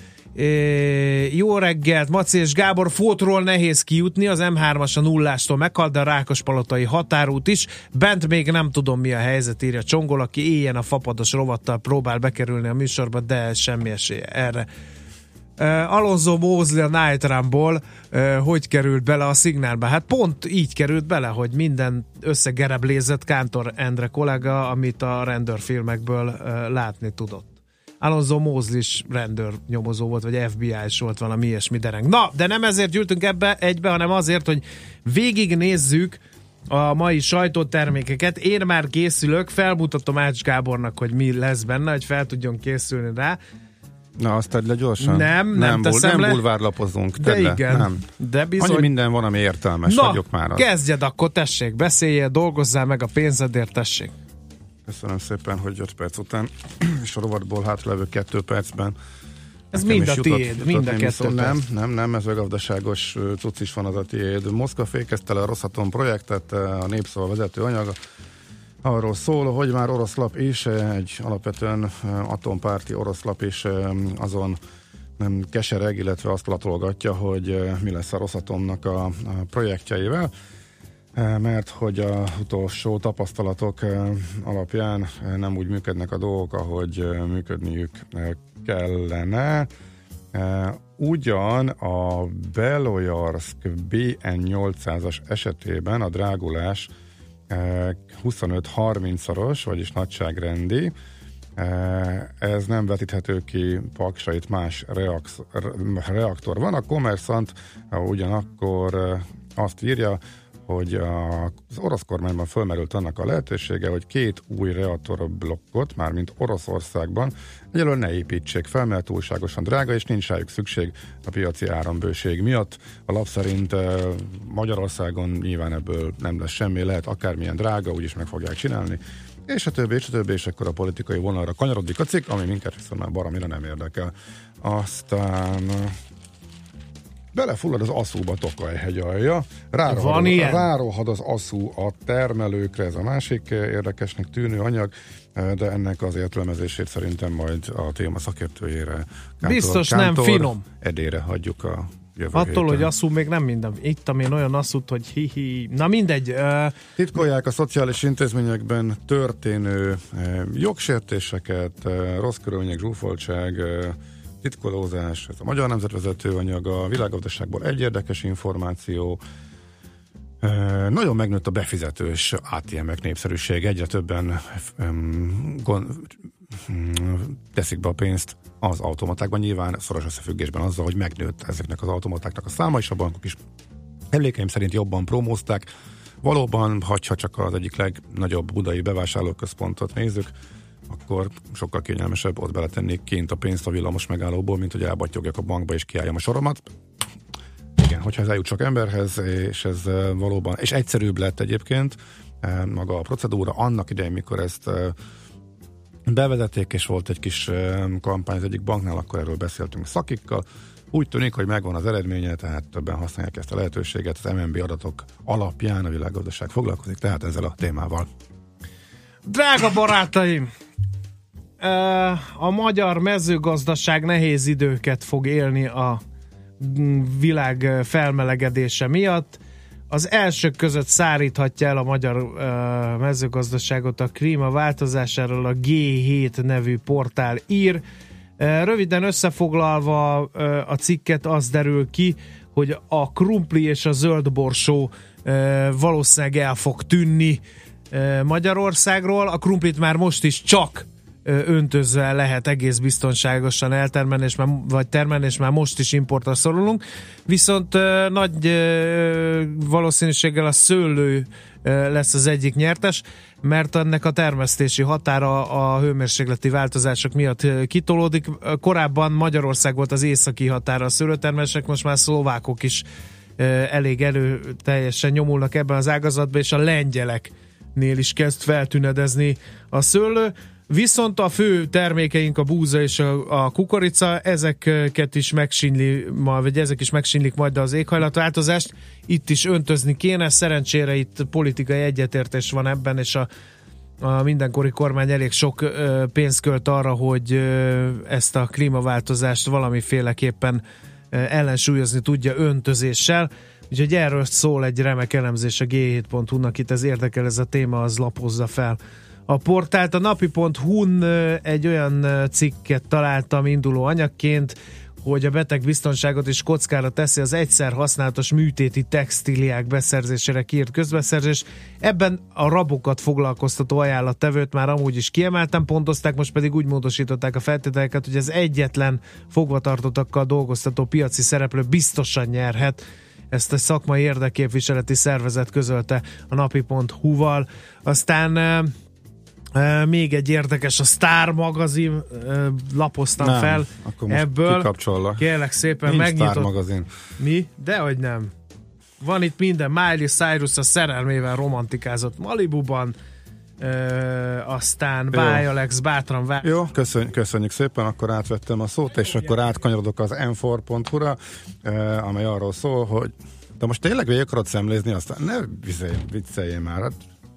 Jó reggelt, Maci és Gábor, Fótról nehéz kijutni, az M3-as a nullástól meghalt, de a Rákospalotai határút is. Bent még nem tudom, mi a helyzet, írja Csongol, aki éjjel a fapados rovattal próbál bekerülni a műsorba, de semmi esélye erre. Alonso Mosley a Night Run-ból hogy került bele a szignálba? Hát pont így került bele, hogy minden összegereblézett Kántor Endre kollega, amit a rendőrfilmekből látni tudott. Alonso Mosley is rendőrnyomozó volt, vagy FBI-s volt, valami ilyesmi dereng. Na, de nem ezért gyűltünk egybe, hanem azért, hogy végignézzük a mai sajtótermékeket. Én már készülök, felmutatom Ács Gábornak, hogy mi lesz benne, hogy fel tudjon készülni rá. Na, azt tedd le gyorsan. Nem teszem le. Nem bulvárlapozunk. De igen, nem. De bizony. Annyi minden van, ami értelmes. Na, hagyjuk már. kezdjed akkor, tessék, beszéljél, dolgozzál meg a pénzedért, tessék. Köszönöm szépen, hogy 5 perc után, és a rovatból hátralevő 2 percben. Ez mind a tiéd, mind a 2 perc. Nem, ez a gazdaságos cucc is van, az a tiéd. Moszkva fékezte le a Rosatom projektet, a Népszava vezető anyaga arról szól, hogy már orosz lap is, egy alapvetően atompárti orosz lap is azon nem kesereg, illetve azt latolgatja, hogy mi lesz a Rosatomnak a projektjeivel, mert hogy a utolsó tapasztalatok alapján nem úgy működnek a dolgok, ahogy működniük kellene. Ugyan a Belojarsk BN800-as esetében a drágulás 25-30-szoros, vagyis nagyságrendi. Ez nem vetíthető ki Paksra, itt más reaktor van. A Kommersant ugyanakkor azt írja, hogy az orosz kormányban fölmerült annak a lehetősége, hogy 2 új reaktorblokkot, mármint Oroszországban, egyelőre ne építsék fel, mert túlságosan drága, és nincs rájuk szükség a piaci árambőség miatt. A lap szerint Magyarországon nyilván ebből nem lesz semmi, lehet akármilyen drága, úgyis meg fogják csinálni, és a többi, és akkor a politikai vonalra kanyarodik a cikk, ami minket viszont már baromira nem érdekel. Aztán belefullad az Aszúba Tokaj-hegy alja, rárohad az Aszú a termelőkre, ez a másik érdekesnek tűnő anyag, de ennek az értelmezését szerintem majd a téma szakértőjére, biztos nem finom. Edére hagyjuk a jövő attól, héten. hogy Aszú még nem minden. Ittam én olyan Aszút, hogy hihi. Na mindegy. Titkolják a szociális intézményekben történő jogsértéseket, rossz körülmények, zsúfoltság, titkolózás, ez a Magyar Nemzet vezetőanyaga, a világgazdaságból egy érdekes információ. Nagyon megnőtt a befizetős ATM-ek népszerűség, egyre többen teszik be a pénzt az automatákban, nyilván szoros összefüggésben azzal, hogy megnőtt ezeknek az automatáknak a száma, és a bankok is emlékeim szerint jobban promózták. Valóban, ha csak az egyik legnagyobb budai bevásárlóközpontot nézzük, akkor sokkal kényelmesebb ott beletenni kint a pénzt a villamos megállóból, mint hogy elbattyogjak a bankba és kiálljam a soromat. Igen, hogyha ez eljut sok emberhez, és ez valóban, és egyszerűbb lett egyébként maga a procedúra, annak idején, mikor ezt bevezették, és volt egy kis kampány az egyik banknál, akkor erről beszéltünk szakikkal. Úgy tűnik, hogy megvan az eredménye, tehát többen használják ezt a lehetőséget, az MNB adatok alapján a világgazdaság foglalkozik, tehát ezzel a témával. Drága barátaim! A magyar mezőgazdaság nehéz időket fog élni a világ felmelegedése miatt. az elsők között száríthatja el a magyar mezőgazdaságot a klímaváltozásáról a G7 nevű portál ír. Röviden összefoglalva a cikket, az derül ki, hogy a krumpli és a zöldborsó valószínűleg el fog tűnni Magyarországról. A krumplit már most is csak öntözve lehet egész biztonságosan eltermelni, vagy termelni, és már most is importra szorulunk. Viszont nagy valószínűséggel a szőlő lesz az egyik nyertes, mert ennek a termesztési határa a hőmérsékleti változások miatt kitolódik. Korábban Magyarország volt az északi határa a szőlőtermelések, most már szlovákok is elég erőteljesen nyomulnak ebben az ágazatban, és a lengyeleknél is kezd feltűnedezni a szőlő. Viszont a fő termékeink a búza és a kukorica, ezeket is megsínli, vagy ezek is megsínlik majd az éghajlatváltozást. Itt is öntözni kéne, szerencsére itt politikai egyetértés van ebben, és a mindenkori kormány elég sok pénzt költ arra, hogy ezt a klímaváltozást valamiféleképpen ellensúlyozni tudja öntözéssel. Úgyhogy erről szól egy remek elemzés a G7.hu-nak, itt ez érdekel ez a téma, az lapozza fel a portált. A napi.hu-n egy olyan cikket találtam induló anyagként, hogy a betegbiztonságot is kockára teszi az egyszer használatos műtéti textíliák beszerzésére kiírt közbeszerzés. Ebben a rabokat foglalkoztató ajánlattevőt már amúgy is kiemeltem, pontozták, most pedig úgy módosították a feltételeket, hogy az egyetlen fogvatartottakkal dolgoztató piaci szereplő biztosan nyerhet. Ezt a szakmai érdekképviseleti szervezet közölte a napi.hu-val. Aztán még egy érdekes, a Star magazin, lapoztam fel ebből. Kikapcsollak. Kérlek szépen, nincs megnyitott. Star magazin. Mi? Dehogy nem. Van itt minden. Miley Cyrus a szerelmével romantikázott Malibuban, aztán Báj Alex bátran Jó, köszönjük szépen, akkor átvettem a szót, és akkor átkanyarodok az m4.hu-ra, amely arról szól, hogy de most tényleg végig akarod szemlézni, aztán ne vicceljél már.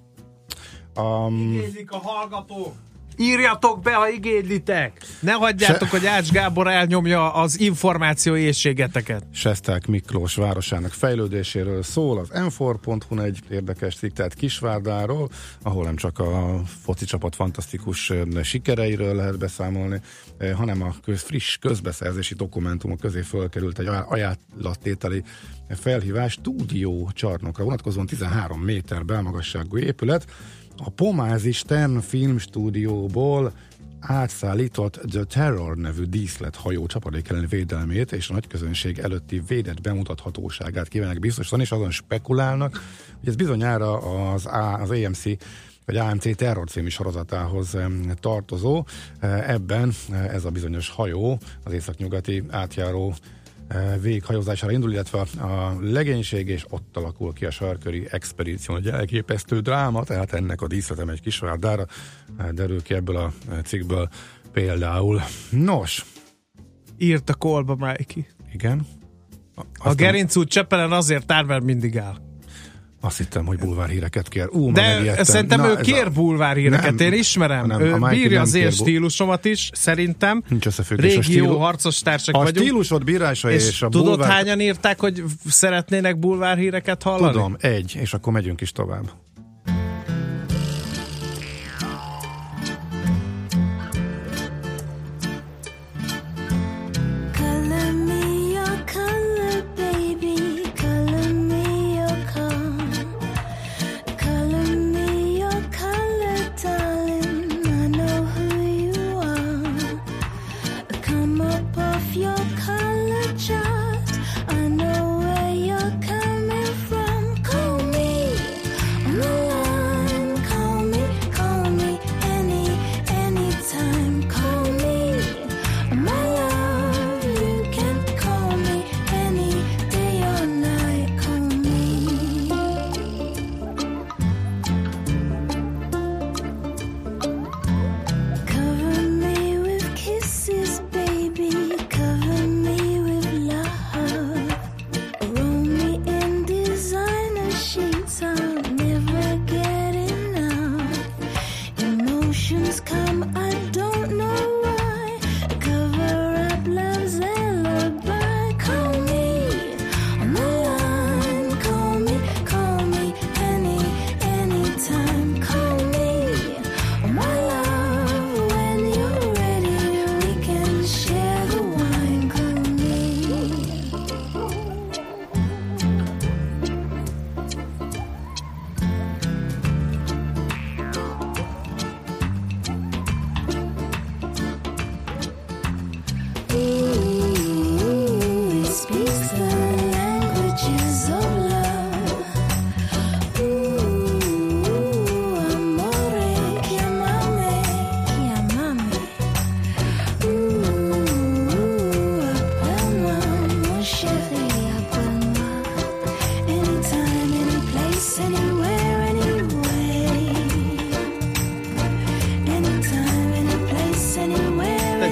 Igénylik a hallgatók! Írjatok be, ha igénylitek! Ne hagyjátok, hogy Ács Gábor elnyomja az információ éhségeteket. Sesták Miklós városának fejlődéséről szól az m4.hu egy érdekes cikk, tehát Kisvárdáról, ahol nem csak a foci csapat fantasztikus sikereiről lehet beszámolni, hanem a friss közbeszerzési dokumentumok közé fölkerült egy ajánlattételi felhívás stúdió csarnokra vonatkozóan 13 méter belmagasságú épület, a Pomázi Stern filmstúdióból átszállított The Terror nevű díszlethajó csapadék elleni védelmét és a nagyközönség előtti védett bemutathatóságát kívánják biztosan, és azon spekulálnak, hogy ez bizonyára az AMC vagy AMC Terror című sorozatához tartozó. Ebben ez a bizonyos hajó az északnyugati átjáró végighajózására indul, illetve a legénység, és ott alakul ki a sarköri expedíció, egy elképesztő dráma, tehát ennek a díszletem egy Kisvárdára derül ki ebből a cikkből például. Nos. Írt a kolba, Májki. Igen. A Gerinc út Csepelen azért tár, mert mindig áll. Azt hittem, hogy bulvárhíreket kér. De szerintem ő kér bulvárhíreket, én ismerem. Ő bírja az én stílusomat is, szerintem. Nincs összefüggés. Régió harcos társak vagyunk. A stílusod bírása és a bulvár... Tudod, hányan írták, hogy szeretnének bulvárhíreket hallani? Tudom, egy, és akkor megyünk is tovább. Call me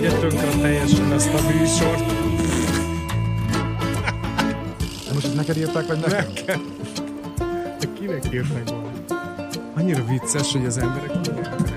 tegye tönkre teljesen ezt a műsort. Most ezt neked írták, vagy nekem? Nekem. De kinek írták volna? Annyira vicces, hogy az emberek írják.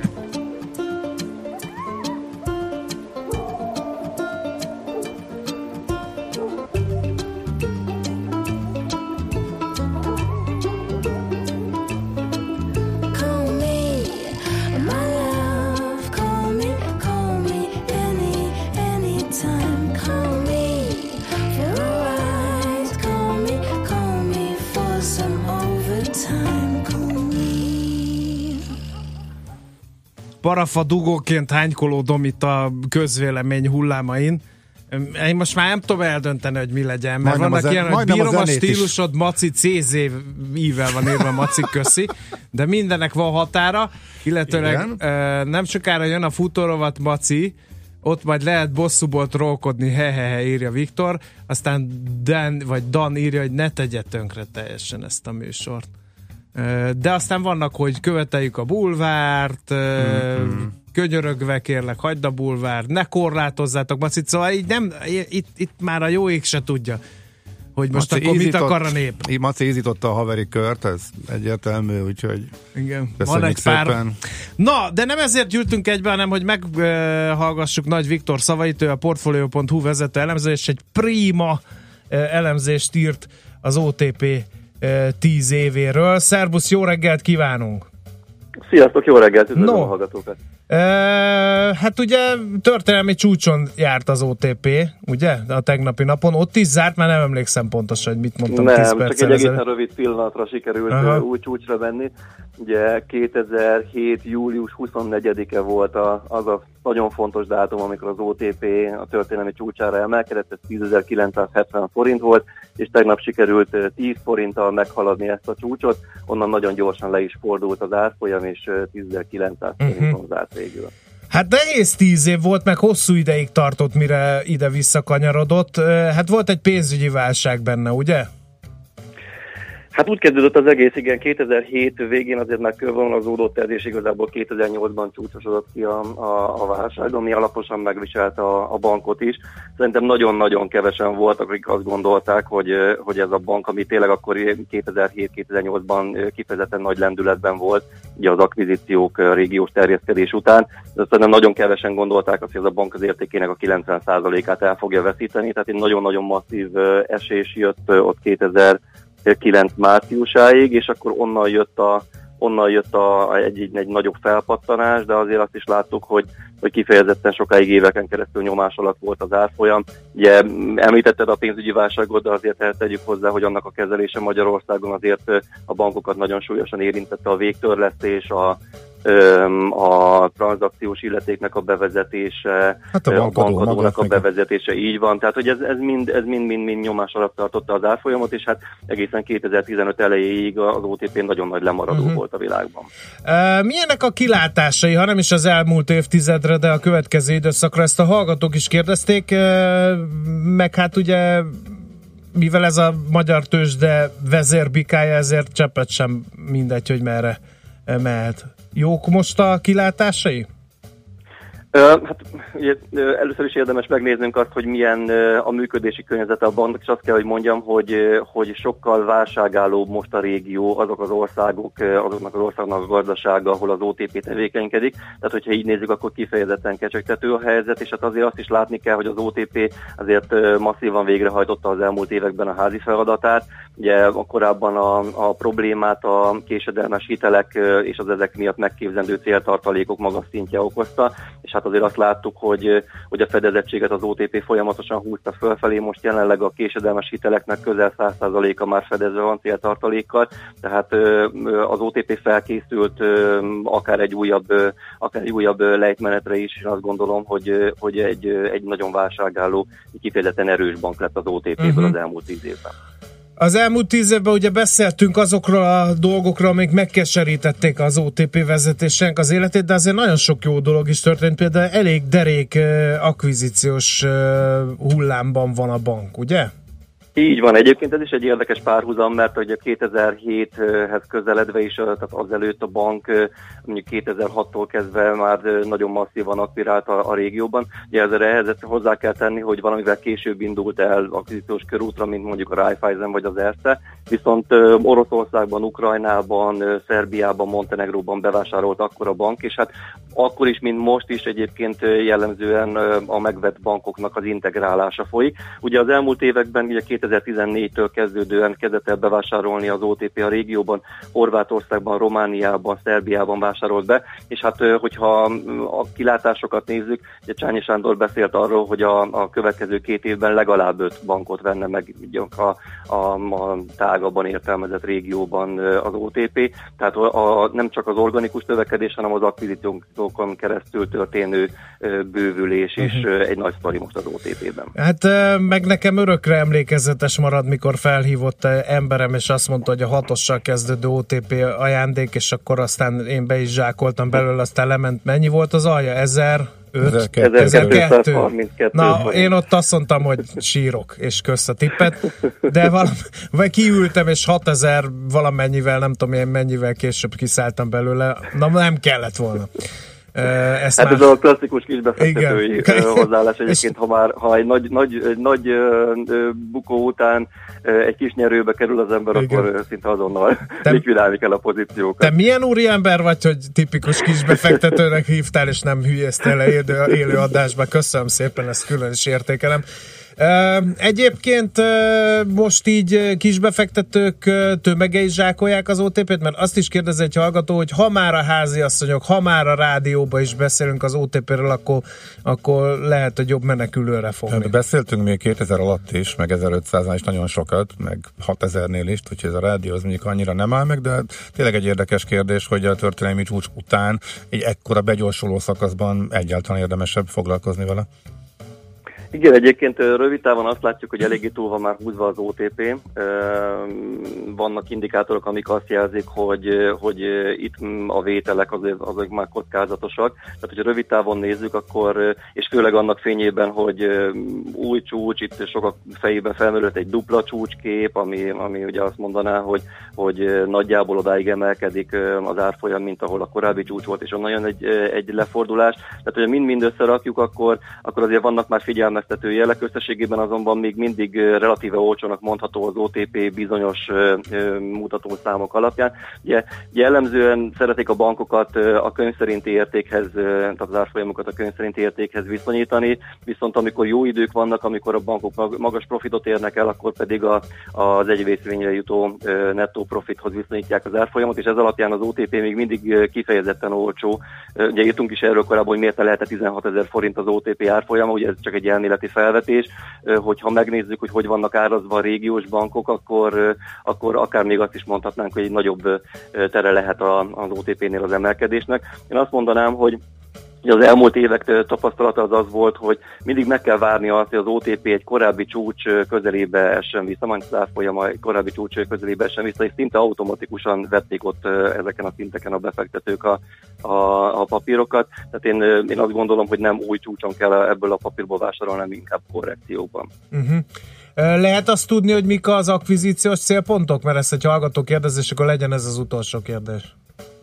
Parafa dugóként hánykolódom itt a közvélemény hullámain. Én most már nem tudom eldönteni, hogy mi legyen, mert vannak ilyen, hogy bírom a stílusod, is. Maci CZ-ível van írva, Maci köszi, de mindennek van határa, illetőleg nem sokára jön a futórovat, Maci, ott majd lehet bosszúból trollkodni, hehehe, írja Viktor, aztán Dan írja, hogy ne tegye tönkre teljesen ezt a műsort. De aztán vannak, hogy követeljük a bulvárt, könyörögve kérlek, hagyd a bulvárt, ne korlátozzátok, Macit, szóval így nem, itt már a jó ég se tudja, hogy most Maci akkor mit akar a nép. Maci ízította a haveri kört, ez egyértelmű, úgyhogy igen, van egy pár. Szépen. Na, de nem ezért gyűltünk egybe, hanem hogy meghallgassuk Nagy Viktor szavait, ő a Portfolio.hu vezető elemző, és egy prima elemzést írt az OTP 10 évéről. Szerbusz, jó reggelt kívánunk! Sziasztok, jó reggelt, üdvözlöm a hallgatókat! Hát ugye történelmi csúcson járt az OTP, ugye? A tegnapi napon. Ott is zárt, már nem emlékszem pontosan, hogy mit mondtam 10 perccel. Nem, csak egy egészen rövid pillanatra sikerült úgy csúcsra venni. Ugye 2007. július 24-e volt az a nagyon fontos dátum, amikor az OTP a történelmi csúcsára emelkedett, ez 10.970 forint volt, és tegnap sikerült 10 forinttal meghaladni ezt a csúcsot, onnan nagyon gyorsan le is fordult az árfolyam, és 10.900 forinton zárt végül. Hát nehéz 10 év volt, meg hosszú ideig tartott, mire ide visszakanyarodott. Hát volt egy pénzügyi válság benne, ugye? Hát úgy kezdődött az egész, igen, 2007 végén azért már körvonalazódott ez, és igazából 2008-ban csúcsosodott ki a válság, ami alaposan megviselte a bankot is. Szerintem nagyon-nagyon kevesen voltak, akik azt gondolták, hogy ez a bank, ami tényleg akkor 2007-2008-ban kifejezetten nagy lendületben volt, ugye az akvizíciók, régiós terjeszkedés után, de szerintem nagyon kevesen gondolták azt, hogy ez a bank az értékének a 90%-át el fogja veszíteni, tehát egy nagyon-nagyon masszív esés jött ott 2009 márciusáig, és akkor onnan jött egy nagyobb felpattanás, de azért azt is láttuk, hogy kifejezetten sokáig éveken keresztül nyomás alatt volt az árfolyam. Ugye említetted a pénzügyi válságot, de azért tegyük hozzá, hogy annak a kezelése Magyarországon azért a bankokat nagyon súlyosan érintette a végtörlesztés, a tranzakciós illetéknek a bevezetése, hát a bankadónak a bevezetése, így van. Tehát, hogy ez mind nyomás alatt tartotta az árfolyamot, és hát egészen 2015 elejéig az OTP nagyon nagy lemaradó volt a világban. Milyenek a kilátásai, ha nem is az elmúlt évtizedre, de a következő időszakra? Ezt a hallgatók is kérdezték, meg hát ugye mivel ez a magyar tőzsde vezérbikája, ezért cseppet sem mindegy, hogy merre mehet. Jók most a kilátásai? Hát ugye, először is érdemes megnéznünk azt, hogy milyen a működési környezete a banknak, és azt kell, hogy mondjam, hogy sokkal válságállóbb most a régió, azoknak az országnak a gazdasága, ahol az OTP tevékenykedik. Tehát, hogyha így nézzük, akkor kifejezetten kecsegtető a helyzet, és hát azért azt is látni kell, hogy az OTP azért masszívan végrehajtotta az elmúlt években a házi feladatát. Ugye korábban a problémát a késedelmes hitelek és az ezek miatt megképzendő céltartalékok magas szintje okozta, és hát azért azt láttuk, hogy a fedezettséget az OTP folyamatosan húzta fölfelé, most jelenleg a késedelmes hiteleknek közel 100%-a már fedezve van céltartalékkal, tehát az OTP felkészült akár egy újabb lejtmenetre is, és azt gondolom, hogy egy nagyon válságálló, kifejezetten erős bank lett az OTP-ből az elmúlt 10 évben. Az elmúlt 10 évben ugye beszéltünk azokról a dolgokról, amik megkeserítették az OTP vezetésének az életét, de azért nagyon sok jó dolog is történt, például elég derék akvizíciós hullámban van a bank, ugye? Így van, egyébként ez is egy érdekes párhuzam, mert ugye 2007-hez közeledve is, tehát azelőtt a bank mondjuk 2006-tól kezdve már nagyon masszívan akvirált a régióban. Ugye ehhez hozzá kell tenni, hogy valamivel később indult el akvizíciós körútra, mint mondjuk a Raiffeisen vagy az Erste, viszont Oroszországban, Ukrajnában, Szerbiában, Montenegróban bevásárolt akkor a bank, és hát akkor is, mint most is egyébként jellemzően a megvett bankoknak az integrálása folyik. Ugye az elmúlt években, ugye 2014-től kezdődően kezdett el bevásárolni az OTP a régióban, Horvátországban, Romániában, Szerbiában vásárolt be, és hát hogyha a kilátásokat nézzük, ugye Csányi Sándor beszélt arról, hogy a következő 2 évben legalább 5 bankot venne meg a tágabban értelmezett régióban az OTP, tehát nem csak az organikus növekedés, hanem az akvizíciókon keresztül történő bővülés is egy nagy sztori most az OTP-ben. Hát meg nekem örökre emlékezetes marad, mikor felhívott emberem, és azt mondta, hogy a 6-ossal kezdődő OTP ajándék, és akkor aztán én be is zsákoltam belőle, aztán lement. Mennyi volt az alja? 1232. Na, én ott azt mondtam, hogy sírok, és kösz a tippet, de vagy kiültem, és 6000 valamennyivel, nem tudom én mennyivel később kiszálltam belőle. Na, nem kellett volna. Hát ez a klasszikus kisbefektetői hozzáállás egyébként, ha egy nagy bukó után egy kis nyerőbe kerül az ember, akkor szinte azonnal likvidálni kell a pozíciókat. Te milyen úriember vagy, hogy tipikus kisbefektetőnek hívtál, és nem hülyeztél le élő adásba. Köszönöm szépen, ezt külön is értékelem. Egyébként most így kisbefektetők tömegei zsákolják az OTP-t, mert azt is kérdezi egy hallgató, hogy ha már a háziasszonyok, ha már a rádióban is beszélünk az OTP-ről, akkor lehet, hogy jobb menekülőre fogni. Hát beszéltünk még 2000 alatt is, meg 1500-nál is nagyon sokat, meg 6000-nél is, úgyhogy ez a rádió az mondjuk annyira nem áll meg, de tényleg egy érdekes kérdés, hogy a történelmi csúcs után egy ekkora begyorsuló szakaszban egyáltalán érdemesebb foglalkozni vele. Igen, egyébként rövid távon azt látjuk, hogy eléggé túl van már húzva az OTP. Vannak indikátorok, amik azt jelzik, hogy itt a vételek azok már kockázatosak. Tehát, hogyha rövid távon nézzük, akkor, és főleg annak fényében, hogy új csúcs, itt sokak fejében felmerült egy dupla csúcskép, ami ugye azt mondaná, hogy nagyjából odáig emelkedik az árfolyam, mint ahol a korábbi csúcs volt, és onnan jön egy lefordulás. Tehát, hogyha mind összerakjuk, akkor azért vannak már figyelmeztető jelek, összességében azonban még mindig relatíve olcsónak mondható az OTP bizonyos mutatószámok alapján. Ugye jellemzően szeretik a bankokat a könyv szerinti értékhez, tehát az árfolyamokat a könyv szerinti értékhez viszonyítani, viszont amikor jó idők vannak, amikor a bankok magas profitot érnek el, akkor pedig az egy részvényre jutó nettó profithoz viszonyítják az árfolyamot, és ez alapján az OTP még mindig kifejezetten olcsó. Ugye írtunk is erről korábban, hogy miért lehet 16 000 forint az OTP árfolyama, ugye ez csak egy elméleti felvetés, hogyha megnézzük, hogy vannak árazva a régiós bankok, akkor akár még azt is mondhatnánk, hogy egy nagyobb tere lehet az OTP-nél az emelkedésnek. Én azt mondanám, hogy az elmúlt évek tapasztalata az volt, hogy mindig meg kell várni azt, hogy az OTP egy korábbi csúcs közelébe essen vissza, majd az árfolyama egy korábbi csúcs közelébe essen vissza, és szinte automatikusan vették ott ezeken a szinteken a befektetők a papírokat. Tehát én azt gondolom, hogy nem új csúcson kell ebből a papírból vásárolni, hanem inkább korrekcióban. Lehet azt tudni, hogy mik az akvizíciós célpontok? Mert ezt egy hallgató kérdez, és akkor legyen ez az utolsó kérdés.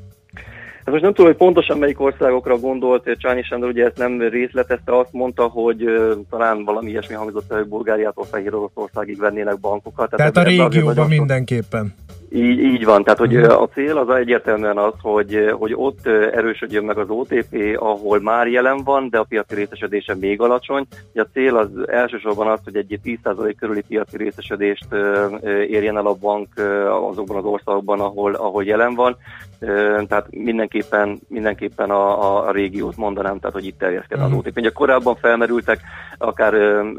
Hát most nem tudom, hogy pontosan melyik országokra gondolt Csányi Sándor, ugye ezt nem részletezte, azt mondta, hogy talán valami ilyesmi hangzott, hogy Bulgáriától Fehéroroszországig vennének bankokat. Tehát a régióban mindenképpen. Így van, tehát hogy a cél az egyértelműen az, hogy ott erősödjön meg az OTP, ahol már jelen van, de a piaci részesedése még alacsony. A cél az elsősorban az, hogy egy 10% körüli piaci részesedést érjen el a bank azokban az országokban, ahol jelen van. Tehát mindenképpen a régiót mondanám, tehát hogy itt terjeszkedne az OTP. Ugye korábban felmerültek akár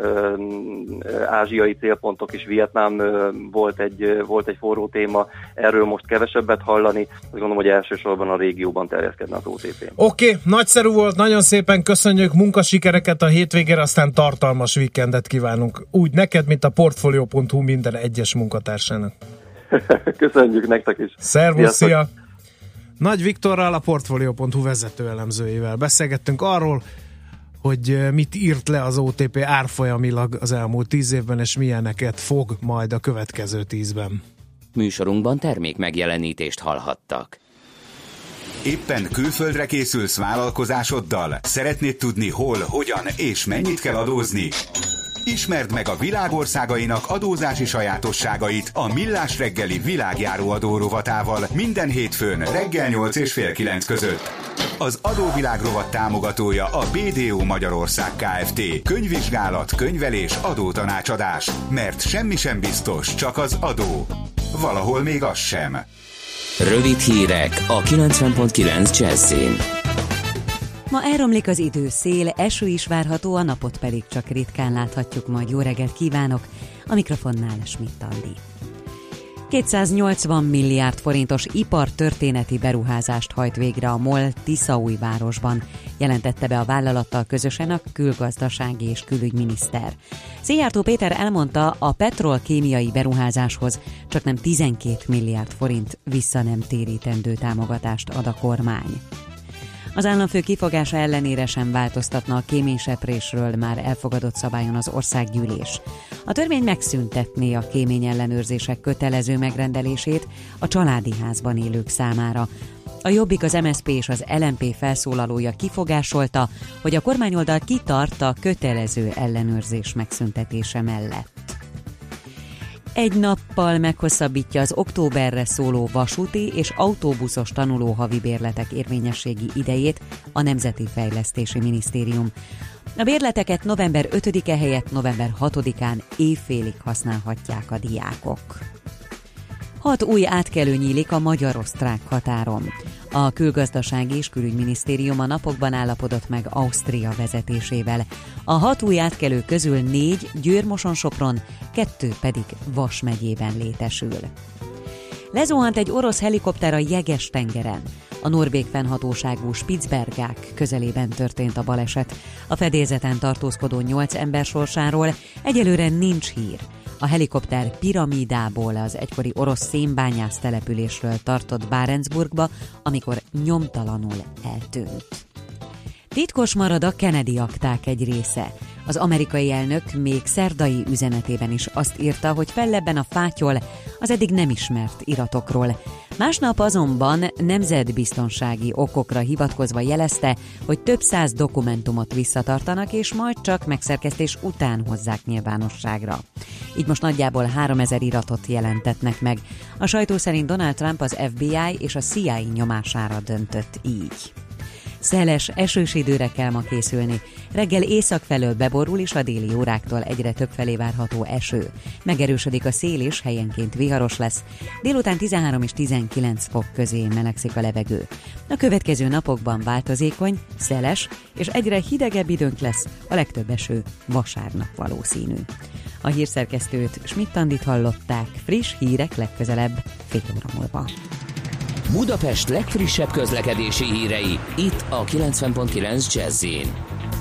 ázsiai célpontok is, Vietnám volt egy forró téma, erről most kevesebbet hallani, azt gondolom, hogy elsősorban a régióban terjeszkedne az OTP. Oké, nagyszerű volt, nagyon szépen köszönjük, munkasikereket a hétvégére, aztán tartalmas weekendet kívánunk. Úgy neked, mint a Portfolio.hu minden egyes munkatársának. Köszönjük nektek is. Szervusz, szia! Nagy Viktorral, a Portfolio.hu vezető elemzőjével beszélgettünk arról, hogy mit írt le az OTP árfolyamilag az elmúlt 10 évben, és milyeneket fog majd a következő 10-ben. Műsorunkban termék megjelenítést hallhattak. Éppen külföldre készülsz vállalkozásoddal? Szeretnéd tudni hol, hogyan és mennyit kell adózni? Ismerd meg a világországainak adózási sajátosságait a Millás reggeli világjáró adó rovatával minden hétfőn reggel 8 és fél 9 között. Az adóvilág rovat támogatója a BDO Magyarország Kft. Könyvvizsgálat, könyvelés, adótanácsadás. Mert semmi sem biztos, csak az adó. Valahol még az sem. Rövid hírek a 90.9 Jazzin. Ma elromlik az idő, szél, eső is várható, a napot pedig csak ritkán láthatjuk, majd jó reggelt kívánok, a mikrofonnál Schmidt Andi. 280 milliárd forintos ipartörténeti beruházást hajt végre a MOL Tiszaújvárosban, jelentette be a vállalattal közösen a külgazdasági és külügyminiszter. Szijjártó Péter elmondta, a petrolkémiai beruházáshoz csaknem 12 milliárd forint visszanemtérítendő támogatást ad a kormány. Az államfő kifogása ellenére sem változtatna a kéményseprésről már elfogadott szabályon az országgyűlés. A törvény megszüntetné a kémény ellenőrzések kötelező megrendelését a családi házban élők számára. A Jobbik, az MSZP és az LMP felszólalója kifogásolta, hogy a kormányoldal kitart a kötelező ellenőrzés megszüntetése mellett. Egy nappal meghosszabbítja az októberre szóló vasúti és autóbuszos tanuló havi bérletek érvényességi idejét a Nemzeti Fejlesztési Minisztérium. A bérleteket november 5-e helyett november 6-án évfélig használhatják a diákok. 6 új átkelő nyílik a magyar-osztrák határon. A külgazdasági és külügyminisztérium a napokban állapodott meg Ausztria vezetésével. A 6 új átkelő közül 4 Győr-Moson-Sopron, 2 pedig Vas megyében létesül. Lezuhant egy orosz helikopter a Jeges-tengeren. A norvég fennhatóságú Spitsbergák közelében történt a baleset. A fedélzeten tartózkodó 8 ember sorsáról egyelőre nincs hír. A helikopter Piramidából, az egykori orosz szénbányász településről tartott Barentsburgba, amikor nyomtalanul eltűnt. Titkos marad a Kennedy akták egy része. Az amerikai elnök még szerdai üzenetében is azt írta, hogy fellebben a fátyol az eddig nem ismert iratokról. Másnap azonban nemzetbiztonsági okokra hivatkozva jelezte, hogy több 100 dokumentumot visszatartanak, és majd csak megszerkesztés után hozzák nyilvánosságra. Így most nagyjából 3000 iratot jelentetnek meg. A sajtó szerint Donald Trump az FBI és a CIA nyomására döntött így. Szeles, esős időre kell ma készülni. Reggel észak felől beborul, és a déli óráktól egyre többfelé várható eső. Megerősödik a szél, és helyenként viharos lesz. Délután 13 és 19 fok közé melegszik a levegő. A következő napokban változékony, szeles és egyre hidegebb időnk lesz, a legtöbb eső vasárnap valószínű. A hírszerkesztőt, Schmidt Andit hallották, friss hírek legközelebb fél óra múlva. Budapest legfrissebb közlekedési hírei, itt a 90.9 Jazz-in.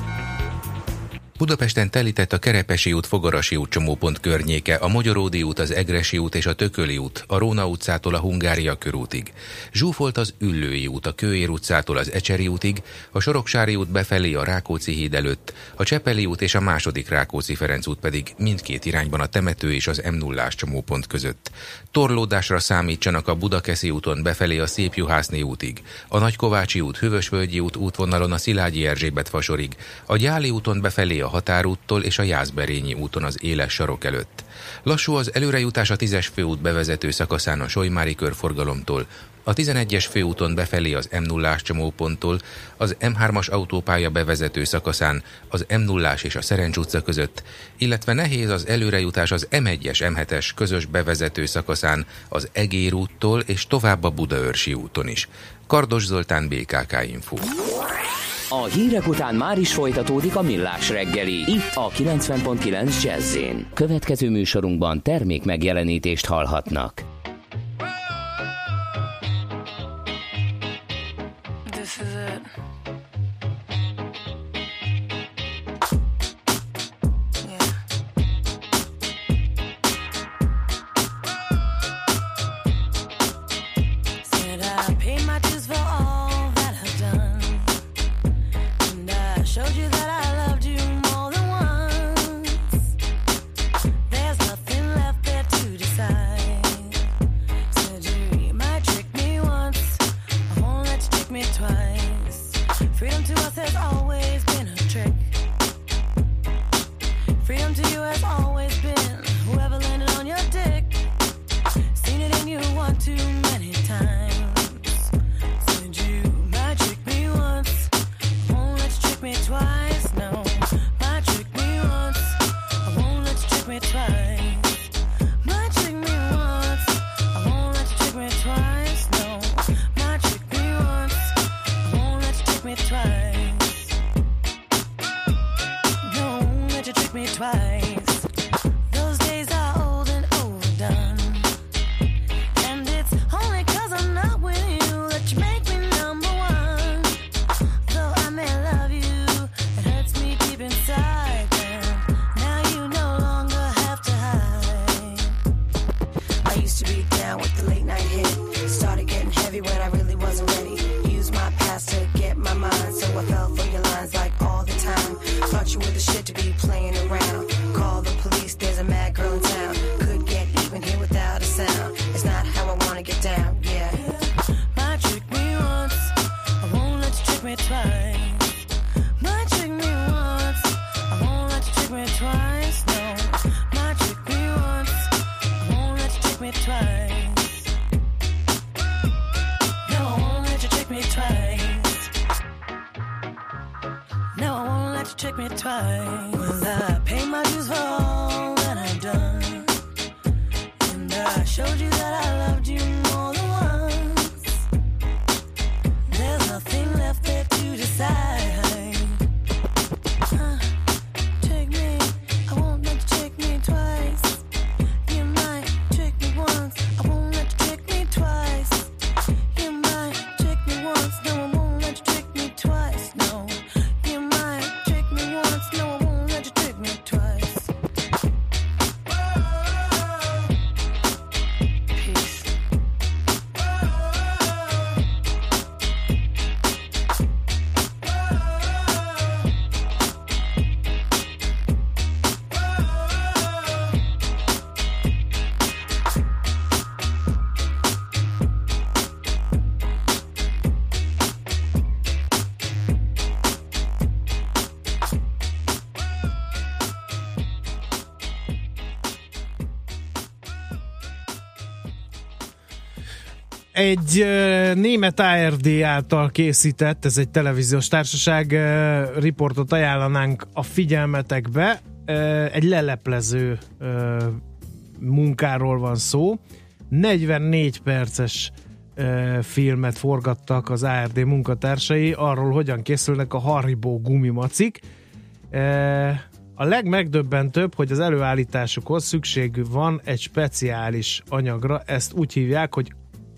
Budapesten telített a Kerepesi út, Fogarasi út csomópont környéke, a Magyaródi út, az Egressy út és a Tököli út, a Róna utcától a Hungária körútig. Zsúfolt az Üllői út, a Kőér utcától az Ecseri útig, a Soroksári út befelé a Rákóczi híd előtt, a Csepeli út és a második Rákóczi-Ferenc út pedig mindkét irányban a Temető és az M0-ás csomópont között. Torlódásra számítsanak a Budakeszi úton befelé a Szépjuhászné útig, a Nagykovácsi út, Hővösvölgyi út útvonalon a Szilágyi Erzsébet fasorig, a Gyáli úton befelé a Határúttól és a Jászberényi úton az Éles sarok előtt. Lassú az előrejutás a 10-es főút bevezető szakaszán a Solymári körforgalomtól, a 11-es főúton befelé az M0-ás csomóponttól, az M3-as autópálya bevezető szakaszán az M0-ás és a Szerencs utca között, illetve nehéz az előrejutás az M1-es, M7-es közös bevezető szakaszán az Egér úttól és tovább a Budaörsi úton is. Kardos Zoltán, BKK Info. A hírek után már is folytatódik a Millás reggeli, itt a 90.9 Jazz-én. Következő műsorunkban termék megjelenítést hallhatnak. This is it. Showed you that I love me twice. Don't let you trick me twice. Those days are old and overdone. And it's only 'cause I'm not with you that you make me number one. Though I may love you, it hurts me deep inside. Now you no longer have to hide. I used to be down with the late night hit. Started getting heavy when I really wasn't ready. Used my past to get my mind, so I fell for your lines like all the time. Thought you were the shit to be playing around. Call the police, there's a mad girl in town. Could get even here without a sound. It's not how I wanna get down, yeah. Might trick me once, I won't let you trick me twice. Might trick me once, I won't let you trick me twice, no. Might trick me once, I won't let you trick me twice. No, I won't let you trick me twice. No, I won't let you trick me twice. Well, I paid my dues for all that I've done. And I showed you that I loved you more than once. There's nothing left there to decide. Trick me, I won't let you trick me twice. You might trick me once, I won't let you trick me twice. You might trick me once, no, I won't let you trick me twice, no. You might trick me once, no, I won't let you trick me twice. Peace. Egy német ARD által készített, ez egy televíziós társaság, riportot ajánlanánk a figyelmetekbe. Egy leleplező munkáról van szó. 44 perces filmet forgattak az ARD munkatársai arról, hogyan készülnek a Haribo gumimacik. A legmegdöbbentőbb, hogy az előállításukhoz szükség van egy speciális anyagra, ezt úgy hívják, hogy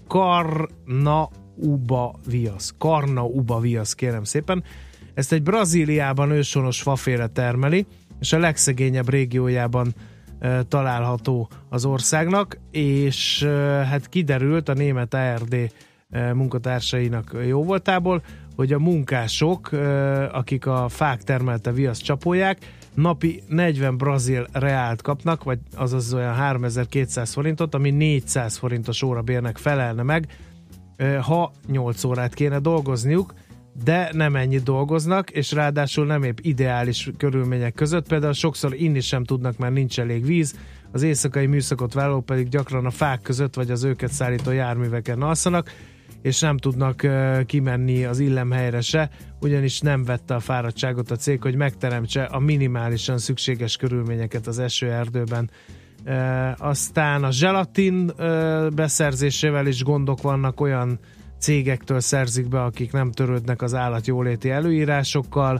Carnaúba viasz, kérem szépen. Ezt egy Brazíliában őshonos faféle termeli, és a legszegényebb régiójában található az országnak, és hát kiderült a német ARD munkatársainak jóvoltából, hogy a munkások, akik a fák termelte viaszt csapolják, napi 40 brazil reált kapnak, vagy azaz olyan 3200 forintot, ami 400 forintos órabérnek felelne meg, ha 8 órát kéne dolgozniuk, de nem ennyit dolgoznak, és ráadásul nem épp ideális körülmények között, például sokszor inni sem tudnak, mert nincs elég víz, az éjszakai műszakot vállalók pedig gyakran a fák között, vagy az őket szállító járműveken alszanak, és nem tudnak kimenni az illemhelyre se, ugyanis nem vette a fáradtságot a cég, hogy megteremtse a minimálisan szükséges körülményeket az esőerdőben. Aztán a zselatin beszerzésével is gondok vannak, olyan cégektől szerzik be, akik nem törődnek az állatjóléti előírásokkal,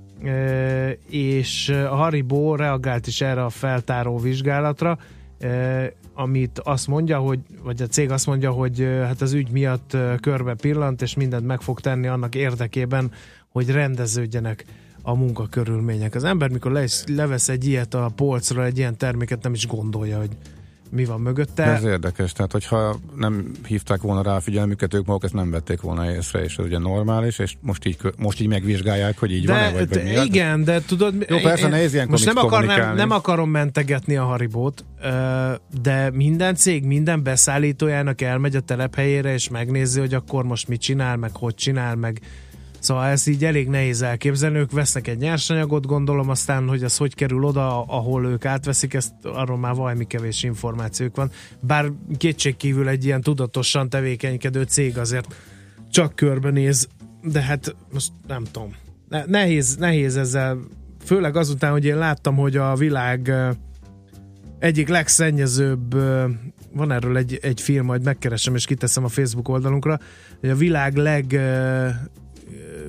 és a Haribo reagált is erre a feltáró vizsgálatra, amit azt mondja, hogy, vagy a cég azt mondja, hogy hát az ügy miatt körbe pillant, és mindent meg fog tenni annak érdekében, hogy rendeződjenek a munkakörülmények. Az ember, mikor levesz egy ilyet a polcra, egy ilyen terméket, nem is gondolja, hogy mi van mögötte. Ez érdekes, tehát hogyha nem hívták volna rá a figyelmüket, ők maguk ezt nem vették volna észre, és ez ugye normális, és most így megvizsgálják, hogy így van-e, vagy mi? Igen, de tudod... Jó, persze nehéz ilyenkor most nem akarom mentegetni a Haribót, de minden cég, minden beszállítójának elmegy a telephelyére, és megnézi, hogy akkor most mit csinál, meg hogy csinál, meg szóval ez így elég nehéz elképzelni. Ők vesznek egy nyersanyagot, gondolom, aztán, hogy az hogy kerül oda, ahol ők átveszik, ezt arról már valami kevés információk van. Bár kétségkívül egy ilyen tudatosan tevékenykedő cég azért csak körbenéz, de hát most nem tudom. Nehéz ezzel, főleg azután, hogy én láttam, hogy a világ egyik legszennyezőbb, van erről egy film, majd megkeresem és kiteszem a Facebook oldalunkra, hogy a világ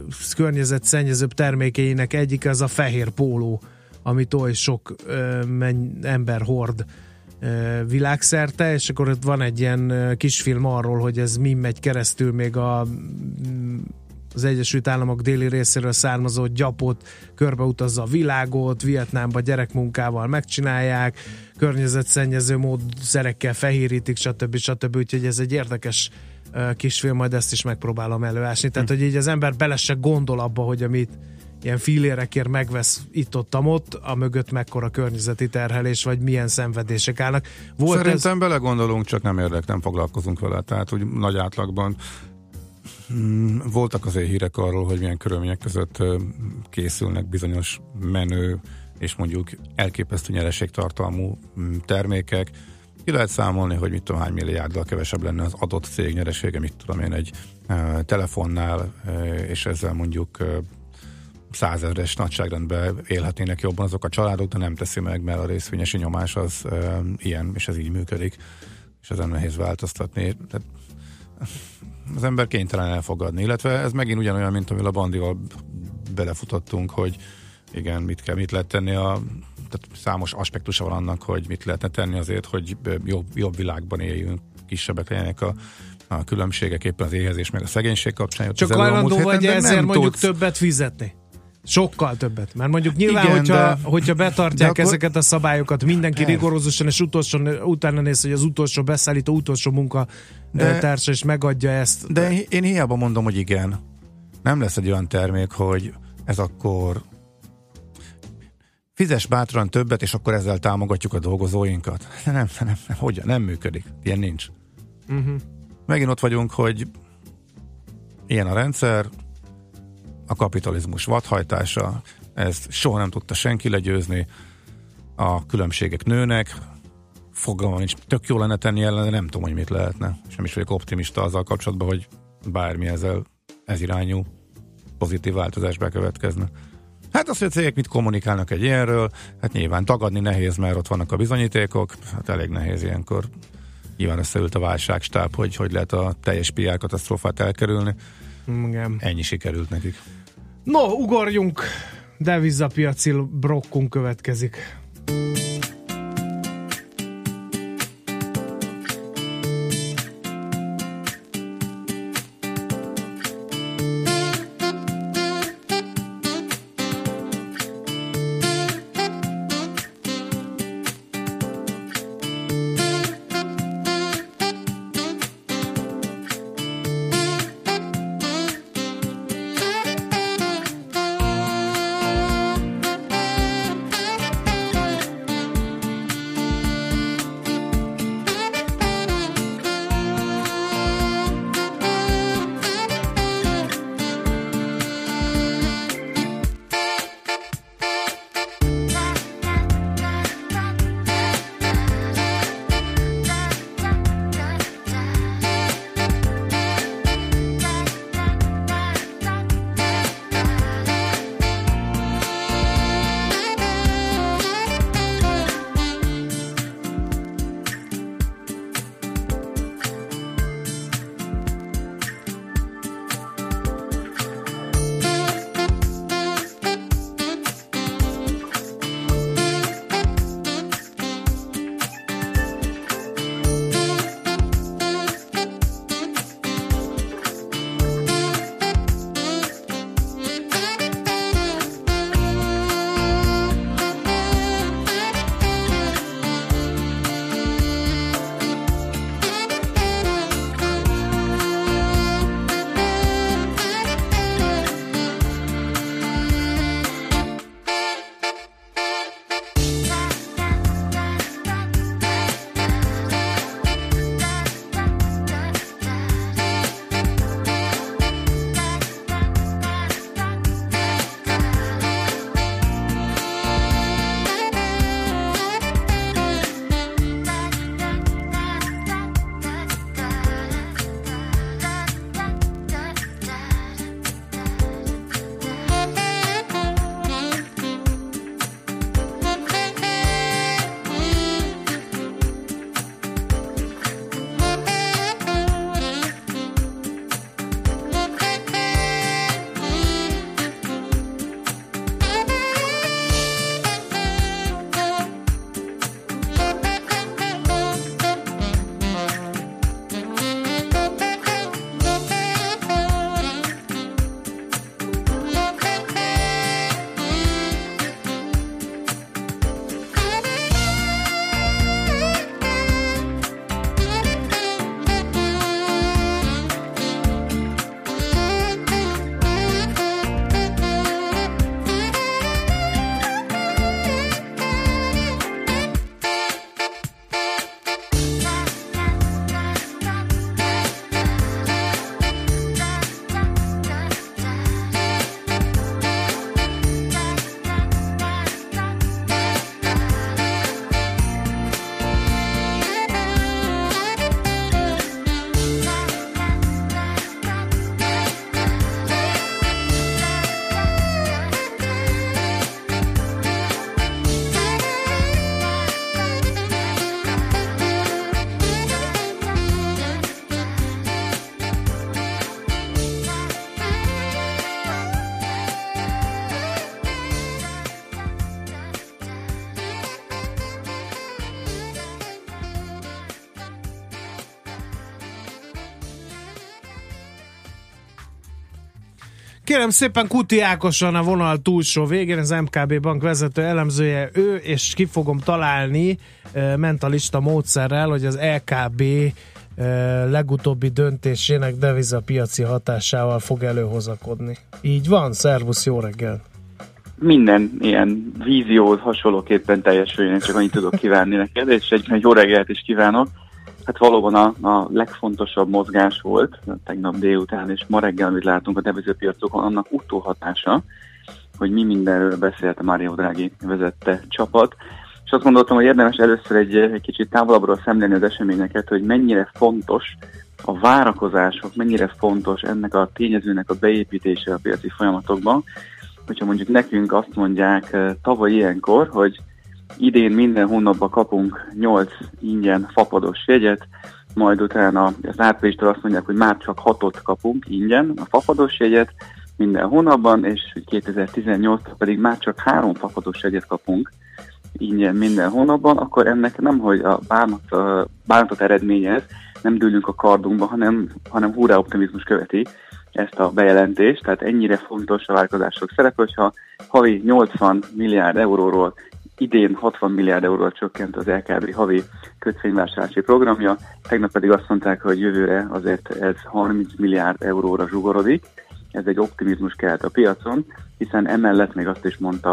környezetszennyezőbb termékeinek egyik az a fehér póló, amit oly sok ember hord világszerte, és akkor ott van egy ilyen kisfilm arról, hogy ez mi megy keresztül még az Egyesült Államok déli részéről származó gyapot, körbeutazza a világot, Vietnámba gyerekmunkával megcsinálják, környezetszennyező módszerekkel fehérítik, stb. Úgyhogy ez egy érdekes kisfilm, majd ezt is megpróbálom előásni. Tehát, hogy így az ember bele se gondol abba, hogy amit ilyen fillérekért megvesz itt-ott, a mögött mekkora környezeti terhelés, vagy milyen szenvedések állnak. Szerintem belegondolunk, csak nem foglalkozunk vele. Tehát, úgy nagy átlagban voltak azért hírek arról, hogy milyen körülmények között készülnek bizonyos menő és mondjuk elképesztő nyereségtartalmú termékek. Ki lehet számolni, hogy mit tudom, hány milliárddal kevesebb lenne az adott cég nyeresége, mit tudom én, egy telefonnál, és ezzel mondjuk 100 000-es nagyságrendben élhetnének jobban azok a családok, de nem teszi meg, mert a részvényesi nyomás az ilyen, és ez így működik, és ezen nehéz változtatni. Tehát az ember kénytelen elfogadni, illetve ez megint ugyanolyan, mint amivel a Bandival belefutottunk, hogy igen, mit lehet tenni, tehát számos aspektusa van annak, hogy mit lehetne tenni azért, hogy jobb világban éljünk, kisebbek legyenek a különbségek éppen az éhezés meg a szegénység kapcsán. Csak hajlandó vagy ezért mondjuk többet fizetni? Sokkal többet. Mert mondjuk nyilván, igen, hogyha betartják ezeket a szabályokat, mindenki rigorózusan, és utána néz, hogy az utolsó beszállító, utolsó munkatársa is megadja ezt. De én hiába mondom, hogy igen. Nem lesz egy olyan termék, hogy ez akkor fizes bátran többet, és akkor ezzel támogatjuk a dolgozóinkat. Nem működik. Ilyen nincs. Megint ott vagyunk, hogy ilyen a rendszer, a kapitalizmus vadhajtása, ezt soha nem tudta senki legyőzni, a különbségek nőnek, fogalmam nincs, tök jó lenne tenni ellen, de nem tudom, hogy mit lehetne. És nem is vagyok optimista azzal kapcsolatban, hogy bármi ez irányú pozitív változás bekövetkezne. Hát az, hogy a cégek mit kommunikálnak egy ilyenről, hát nyilván tagadni nehéz, mert ott vannak a bizonyítékok, hát elég nehéz ilyenkor. Nyilván összeült a válságstáb, hogy lehet a teljes PR katasztrófát elkerülni. Igen. Ennyi sikerült nekik. No, ugorjunk! Devizapiaci blokkunk következik. Kérem szépen, Kuti Ákos van a vonal túlsó végén, az MKB Bank vezető elemzője ő, és ki fogom találni mentalista módszerrel, hogy az LKB legutóbbi döntésének devizapiaci hatásával fog előhozakodni. Így van? Szervusz, jó reggel! Minden ilyen vízióhoz hasonlóképpen teljesüljön, csak annyit tudok kívánni neked, és egy jó reggelt is kívánok. Hát valóban a legfontosabb mozgás volt tegnap délután, és ma reggel, amit látunk a devizapiacokon, annak utóhatása, hogy mi mindenről beszélt a Mario Draghi vezette csapat. És azt gondoltam, hogy érdemes először egy kicsit távolabbról szemlélni az eseményeket, hogy mennyire fontos a várakozások, mennyire fontos ennek a tényezőnek a beépítése a piaci folyamatokban. Hogyha mondjuk nekünk azt mondják tavaly ilyenkor, hogy idén minden hónapban kapunk 8 ingyen fapados jegyet, majd utána az áprilistól azt mondják, hogy már csak 6-ot kapunk ingyen a fapados jegyet minden hónapban, és 2018-ra pedig már csak 3 fapados jegyet kapunk ingyen minden hónapban, akkor ennek nem, hogy a bánatot eredményez, nem dőlünk a kardunkba, hanem hurrá optimizmus követi ezt a bejelentést, tehát ennyire fontos a várakozások szerepe, hogyha havi 80 milliárd euróról idén 60 milliárd euróval csökkent az LKB havi kötvényvásárlási programja, tegnap pedig azt mondták, hogy jövőre azért ez 30 milliárd euróra zsugorodik. Ez egy optimizmus kelt a piacon, hiszen emellett még azt is mondta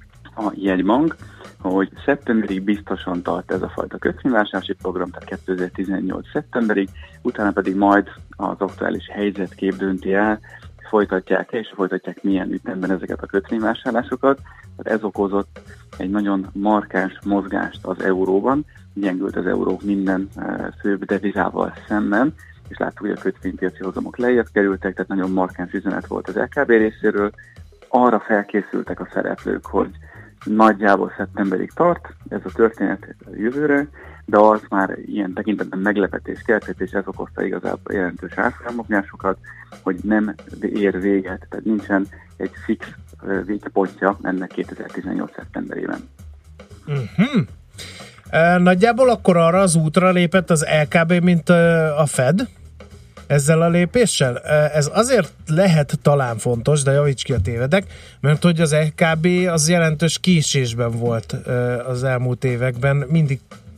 a jegybank, hogy szeptemberig biztosan tart ez a fajta kötvényvásárlási program, tehát 2018 szeptemberig, utána pedig majd az aktuális helyzetkép dönti el, folytatják és folytatják milyen ütemben ezeket a kötvényvásárlásokat. Tehát ez okozott egy nagyon markáns mozgást az euróban, gyengült az euró minden főbb devizával szemben, és láttuk, hogy a kötvénypiaci hozamok lejjebb kerültek, tehát nagyon markáns üzenet volt az LKB részéről. Arra felkészültek a szereplők, hogy nagyjából szeptemberig tart ez a történet jövőre, de az már ilyen tekintetben meglepetés keltett, és ez okozta igazából jelentős árfolyamoknyásokat, hogy nem ér véget, tehát nincsen egy fix végpontja ennek 2018 szeptemberében. Uh-huh. Nagyjából akkor arra az útra lépett az LKB, mint a Fed ezzel a lépéssel? Ez azért lehet talán fontos, de javíts ki, a tévedek, mert hogy az LKB az jelentős késésben volt az elmúlt években, mindig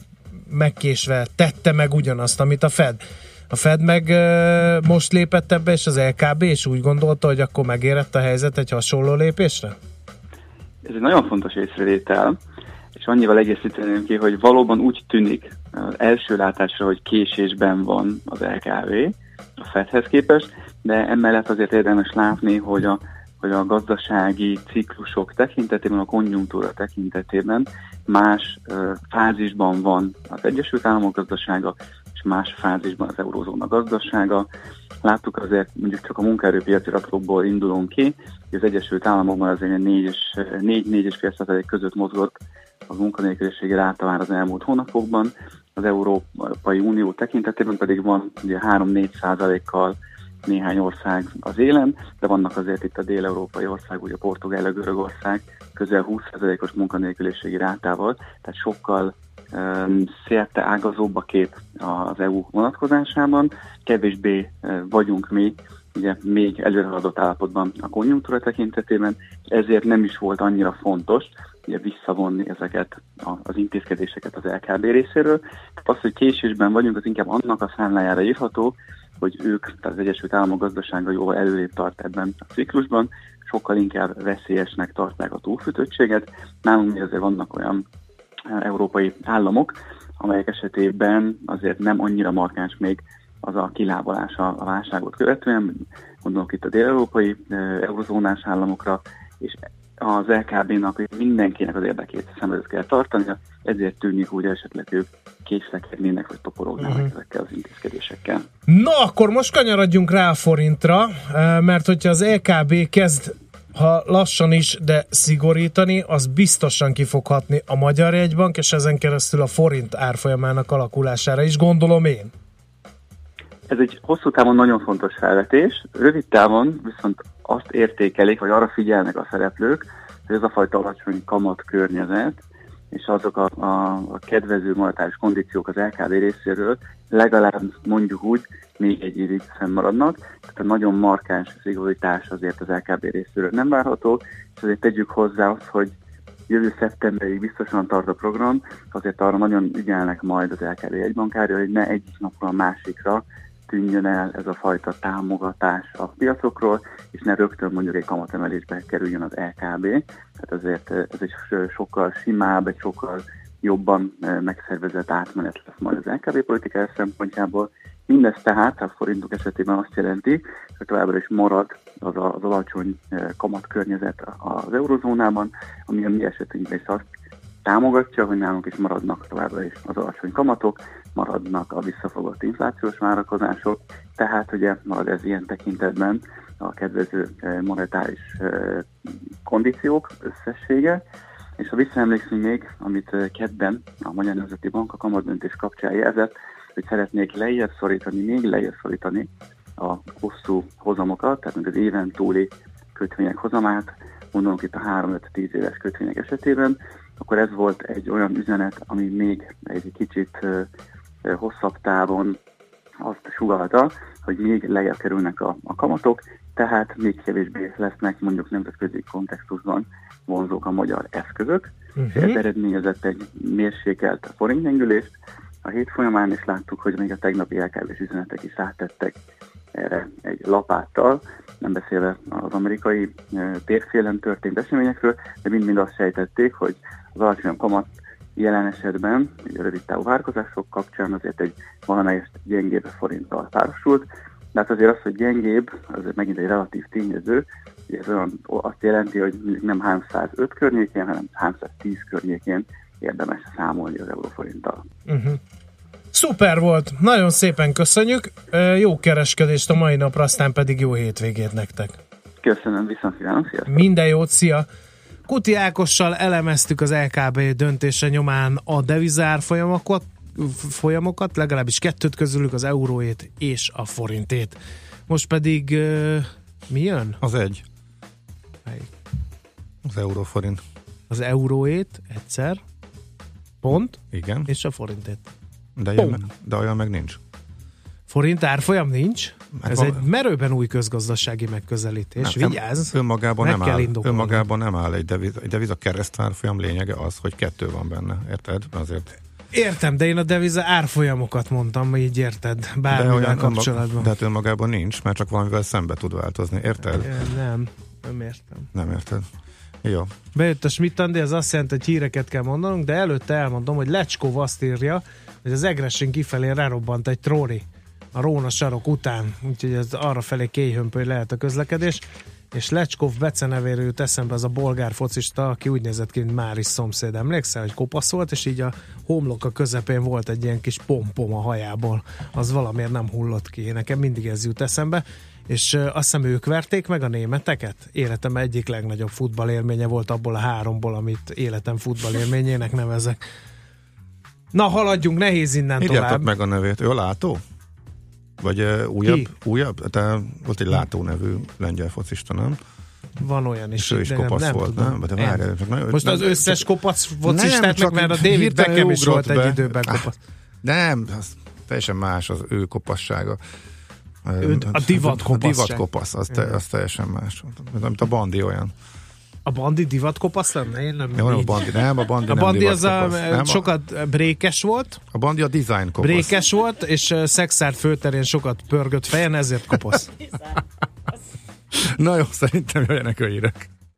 megkésve tette meg ugyanazt, amit a Fed. A Fed meg most lépett ebbe, és az LKB is úgy gondolta, hogy akkor megérett a helyzet egy hasonló lépésre? Ez egy nagyon fontos észrevétel, és annyival egészítenünk ki, hogy valóban úgy tűnik az első látásra, hogy késésben van az LKB a Fedhez képest, de emellett azért érdemes látni, hogy a gazdasági ciklusok tekintetében, a konjunktúra tekintetében más fázisban van az Egyesült Államok gazdasága, és más fázisban az eurózóna gazdasága. Láttuk azért, mondjuk csak a munkaerőpiaci adatokból indulunk ki, hogy az Egyesült Államokban azért 4-4,5% között mozgott a munkanélküliségi ráta már az elmúlt hónapokban, az Európai Unió tekintetében pedig van ugye 3-4%-kal néhány ország az élen, de vannak azért itt a dél-európai ország, ugye Portugál, Görögország közel 20%-os munkanélküliségi rátával, tehát sokkal szerte ágazóbb a kép az EU vonatkozásában, kevésbé vagyunk mi, ugye még előrehaladott állapotban a konjunktúra tekintetében, ezért nem is volt annyira fontos ugye visszavonni ezeket az intézkedéseket az LKB részéről. Az, hogy késésben vagyunk, az inkább annak a számlájára írható, hogy ők, tehát az Egyesült Államok gazdasága jóval előrébb tart ebben a ciklusban, sokkal inkább veszélyesnek tartják a túlfűtöttséget. Nálunk azért vannak olyan európai államok, amelyek esetében azért nem annyira markáns még az a kilábalás a válságot követően, gondolok itt a dél-európai eurozónás államokra, és az LKB-nak mindenkinek az érdekét szem előtt kell tartania, ezért tűnik úgy, esetleg ők késlekednének, vagy toporognának ezekkel az intézkedésekkel. Na, akkor most kanyarodjunk rá a forintra, mert hogyha az LKB kezd, ha lassan is, de szigorítani, az biztosan ki fog hatni a Magyar Jegybank, és ezen keresztül a forint árfolyamának alakulására is, gondolom én. Ez egy hosszú távon nagyon fontos felvetés, rövid távon viszont azt értékelik, vagy arra figyelnek a szereplők, hogy ez a fajta alacsony kamat környezet, és azok a kedvező monetáris kondíciók az LKB részéről legalább mondjuk úgy még egy évig fennmaradnak, tehát a nagyon markáns szigorítás azért az LKB részéről nem várható, és azért tegyük hozzá azt, hogy jövő szeptemberig biztosan tart a program, azért arra nagyon ügyelnek majd az LKB jegybankárja, hogy ne egyik napról a másikra tűnjön el ez a fajta támogatás a piacokról, és ne rögtön mondjuk egy kamatemelésbe kerüljön az LKB. Tehát azért ez egy sokkal simább, egy sokkal jobban megszervezett átmenet lesz majd az LKB politikai szempontjából. Mindez tehát a forintok esetében azt jelenti, hogy továbbra is marad az alacsony kamatkörnyezet az eurozónában, ami a mi esetünkben is azt támogatja, hogy nálunk is maradnak továbbra is az alacsony kamatok, maradnak a visszafogott inflációs várakozások, tehát ugye marad ez ilyen tekintetben a kedvező monetáris kondíciók összessége, és ha visszaemlékszünk még, amit kedden a Magyar Nemzeti Bank a kamatdöntés kapcsán jelzett, hogy szeretnék lejjebb szorítani a hosszú hozamokat, tehát mint az éven túli kötvények hozamát, mondom itt a 3-5-10 éves kötvények esetében, akkor ez volt egy olyan üzenet, ami még egy kicsit hosszabb távon azt sugallta, hogy még lejjebb kerülnek a kamatok, tehát még kevésbé lesznek mondjuk nemzetközi kontextusban vonzók a magyar eszközök, és ez eredményezett egy mérsékelt forintgyengülést a hét folyamán, és láttuk, hogy még a tegnapi LKB-s üzenetek is rátettek erre egy lapáttal, nem beszélve az amerikai térfélen történt eseményekről, de mind azt sejtették, hogy az alacsonyabb kamat jelen esetben, a rövid távú várakozások kapcsán azért egy valamelyest gyengébb forinttal párosult, de hát azért az, hogy gyengébb, az megint egy relatív tényező, ez olyan, azt jelenti, hogy nem 305 környékén, hanem 310 környékén érdemes számolni az euróforinttal. Szuper volt, nagyon szépen köszönjük, jó kereskedést a mai napra, aztán pedig jó hétvégét nektek. Köszönöm, viszont kívánom, sziasztok! Minden jót, szia! Kuti Ákossal elemeztük az LKB döntése nyomán a devizár folyamokat, legalábbis kettőt közülük, az euróét és a forintét. Most pedig mi jön? Az egy. Az euróforint. Az euróét egyszer, pont, igen. És a forintét. De olyan meg nincs. Forint árfolyam nincs? Ez egy merőben új közgazdasági megközelítés. Vigyázz! Önmagában nem áll egy deviza keresztárfolyam lényege az, hogy 2 van benne. Érted? Azért. Értem, de én a deviza árfolyamot mondtam, így érted? Bármivel kapcsolatban. De hát önmagában nincs, mert csak valamivel szembe tud változni. Érted? Nem értem. Nem érted. Jó. Bejött a Schmidt-Andi, ez azt jelenti, hogy híreket kell mondanunk, de előtte elmondom, hogy Lecskov azt írja, hogy az Egressén kifelé rárobbant egy tróri a Róna sarok után, úgyhogy ez arrafelé kéjhömpöly lehet a közlekedés, és Lecskov becenevéről jut eszembe az a bolgár focista, aki úgy nézett ki, mint Máris szomszéd. Emlékszel, hogy kopasz volt, és így a homloka közepén volt egy ilyen kis pompom a hajából. Az valamiért nem hullott ki. Nekem mindig ez jut eszembe. És azt hiszem ők verték meg a németeket? Életem egyik legnagyobb futballélménye volt abból a 3-ból, amit életem futballélményének nevezek. Na, haladjunk, nehéz innen tovább. Írjátok meg a nevét. Ő a Látó? Vagy újabb? Tehát volt egy Látó nevű lengyel focista, nem? Van olyan is. És ő is kopasz volt, nem? De várjál, most az összes kopasz focistát, meg mert a David Beckham is volt egy időben kopasz. Nem, az teljesen más az ő kopassága. A divatkopasz. A divatkopasz, az teljesen más. Mint a Bandi olyan. A Bandi divatkopasz lenne? Én nem. Jó, a Bandi nem. A Bandi az sokat brékes volt. A Bandi a design kopasz. Brékes volt, és Szexárd főterén sokat pörgött fejen, ezért kopasz. Na jó, szerintem jöjjenek a hírek.